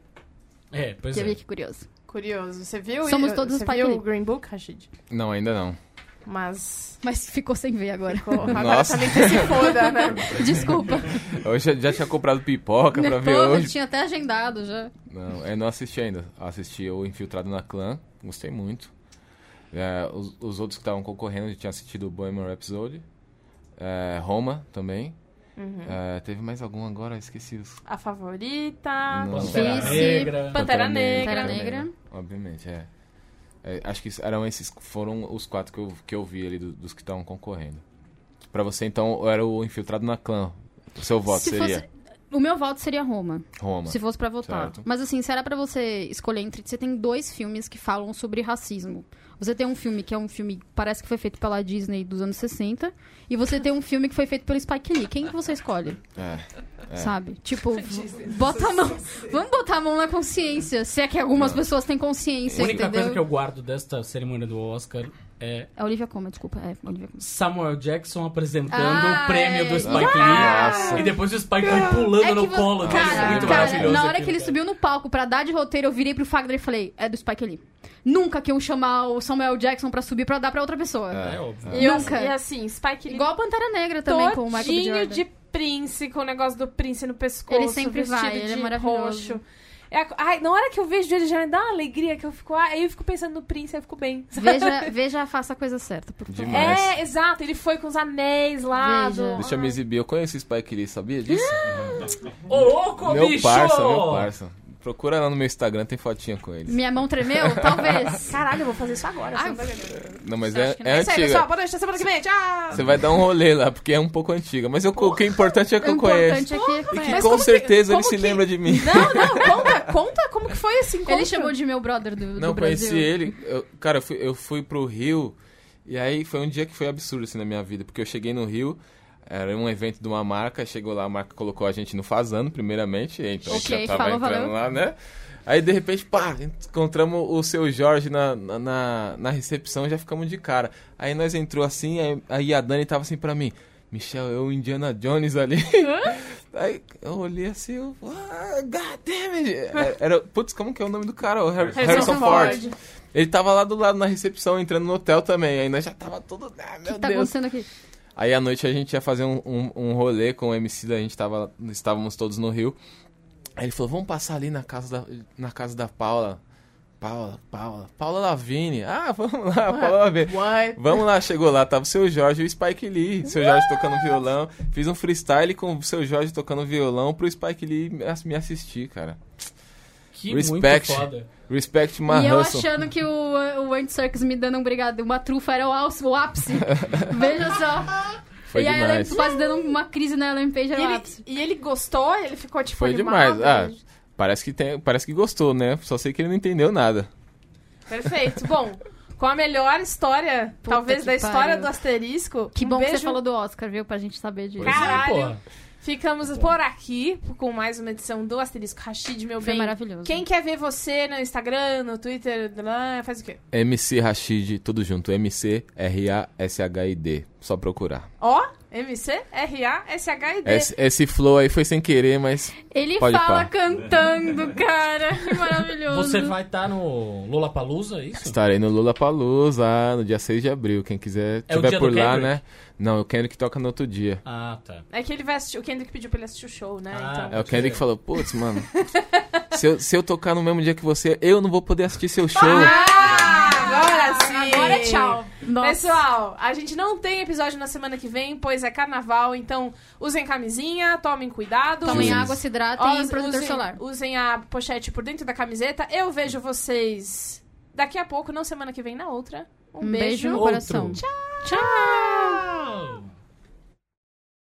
É, pois Quer é. ver que curioso. Curioso. Você viu? Somos todos Você Spike viu Lee. o Green Book, Rashid? Não, ainda não. Mas... Mas ficou sem ver agora. Pô, agora Nossa. também que se foda, né? Desculpa. Eu já, já tinha comprado pipoca pra ver Pô, hoje. tinha até agendado já. Não, eu não assisti ainda. Assisti o Infiltrado na Clã, gostei muito. É, os, os outros que estavam concorrendo, eu tinha assistido o Bohemian Rhapsody. É, Roma também. É, teve mais algum agora? Esqueci os. A Favorita... Não. Pantera Sim, sim. Negra. Pantera Negra. Pantera Negra. Obviamente, é. É, acho que eram esses, foram os quatro que eu, que eu vi ali do- dos que estavam concorrendo. Pra você, então, era o Infiltrado na Clã. O seu voto Se seria fosse- O meu voto seria Roma. Roma. Se fosse pra votar. Certo. Mas assim, se era pra você escolher entre... Você tem dois filmes que falam sobre racismo. Você tem um filme que é um filme... Parece que foi feito pela Disney dos anos sessenta. E você tem um filme que foi feito pelo Spike Lee. Quem que você escolhe? É. É. Sabe? Tipo, bota a mão... Vamos botar a mão na consciência. Se é que algumas pessoas têm A consciência, única entendeu? coisa que eu guardo desta cerimônia do Oscar é É Olivia Colman, desculpa. É, Olivia Colman. Samuel Jackson apresentando Ah, o prêmio é. do Spike Nossa. Lee. E depois o Spike Lee pulando É no que vo- colo dele. Cara, Muito cara, maravilhoso na hora aquilo, que ele cara. subiu no palco pra dar de roteiro, eu virei pro Fagner e falei, é do Spike Lee. Nunca que iam chamar o Samuel Jackson pra subir pra dar pra outra pessoa. É óbvio. E, eu- Nunca. e assim, Spike Lee Igual a Pantera Negra também, com o Michael B. todinho Jordan. de príncipe, com o negócio do príncipe no pescoço. Ele sempre vestido vai, ele é de maravilhoso. roxo. É a- ai, na hora que eu vejo ele já me dá uma alegria que eu fico... Ah, aí eu fico pensando no príncipe, aí eu fico bem. Veja, veja, faça a coisa certa, por favor. Demais. É, exato. Ele foi com os anéis lá. Veja. Do... Deixa eu me exibir. Eu conheço o Spike Lee, sabia disso? Ô, louco, meu bicho! parça, meu parça. Procura lá no meu Instagram, tem fotinha com eles. Minha mão tremeu? Talvez. Caralho, eu vou fazer isso agora. Ai, você não tá entendendo. Não, mas Você é, acha que não? é É isso aí, pessoal. antiga. Boa noite, até semana que vem. Tchau. Você vai dar um rolê lá, porque é um pouco antiga. Mas eu, o que é importante é que O eu conheço. importante é que E que Mas com como que- certeza ele como se que- lembra de mim. Não, não, conta, conta como que foi esse encontro. ele chamou de meu brother do, do Não, Brasil. conheci ele. Eu- cara, eu fui, eu fui pro Rio. E aí foi um dia que foi absurdo assim na minha vida. Porque eu cheguei no Rio, era um evento de uma marca. Chegou lá, a marca colocou a gente no Fazano, primeiramente. Então a gente Ok, já tava falou, entrando valeu. lá, né? Aí de repente, pá, encontramos o seu Jorge na, na- na, na recepção, já ficamos de cara. Aí nós entrou assim, aí, aí a Dani tava assim pra mim, Michel, eu o Indiana Jones ali. Aí eu olhei assim, eu, ah, God damn it. Era, era- putz, como que é o nome do cara? O Har- Harrison Harrison Ford. Ford. Ele tava lá do lado na recepção, entrando no hotel também. Aí nós já tava tudo, ah, O meu que tá Deus. acontecendo aqui? Aí à noite a gente ia fazer um, um, um rolê com o M C, da, a gente tava, estávamos todos no Rio. Aí ele falou, vamos passar ali na casa da, na casa da Paula. Paula, Paula, Paula Lavigne. Ah, vamos lá, Paula Lavigne. What? Vamos lá, chegou lá, tava o seu Jorge e o Spike Lee. Seu Jorge tocando violão. Fiz um freestyle com o seu Jorge tocando violão pro Spike Lee me ass- me assistir, cara. Que Respect. muito foda. Respect my E eu hustle. achando que o, o Andy Serkis me dando um brigado, uma trufa era o, ápice- o ápice. Veja só. Foi e aí demais. ela quase dando uma crise na Ellen Page, E era o ele, ápice. e ele gostou? Ele ficou tipo Foi animado? demais. Ah, Parece que, tem, parece que gostou, né? Só sei que ele não entendeu nada. Perfeito. Bom, com a melhor história, Puta talvez, que da história pariu. do asterisco. Que um bom beijo. que você falou do Oscar, viu? Pra gente saber disso. Pois é, Caralho. porra. Ficamos por aqui com mais uma edição do Asterisco Rashid, meu Foi bem. maravilhoso. Quem quer ver você no Instagram, no Twitter, faz o quê? M C Rashid, tudo junto. M C R A S H I D. Só procurar. Ó, M C R A S H I D. Esse, esse flow aí foi sem querer, mas... Ele Pode fala pá. cantando, cara. Que maravilhoso. Você vai estar no Lollapalooza, é isso? Estarei no Lollapalooza no dia seis de abril. Quem quiser É o tiver dia por do lá, Kendrick? né? Não, o Kendrick toca no outro dia. Ah, tá. É que ele vai assistir, o Kendrick pediu pra ele assistir o show, né? Ah, então... É o Kendrick que falou, putz, mano, se eu, se eu tocar no mesmo dia que você, eu não vou poder assistir seu show. Ah, agora sim! Agora tchau. Nossa. Pessoal, a gente não tem episódio na semana que vem, pois é carnaval, então usem camisinha, tomem cuidado. Tomem Sim. água, se hidratem Us- e protetor usem, solar. usem a pochete por dentro da camiseta. Eu vejo vocês daqui a pouco, não semana que vem, na outra. Um, Um beijo no Outro. coração. Tchau!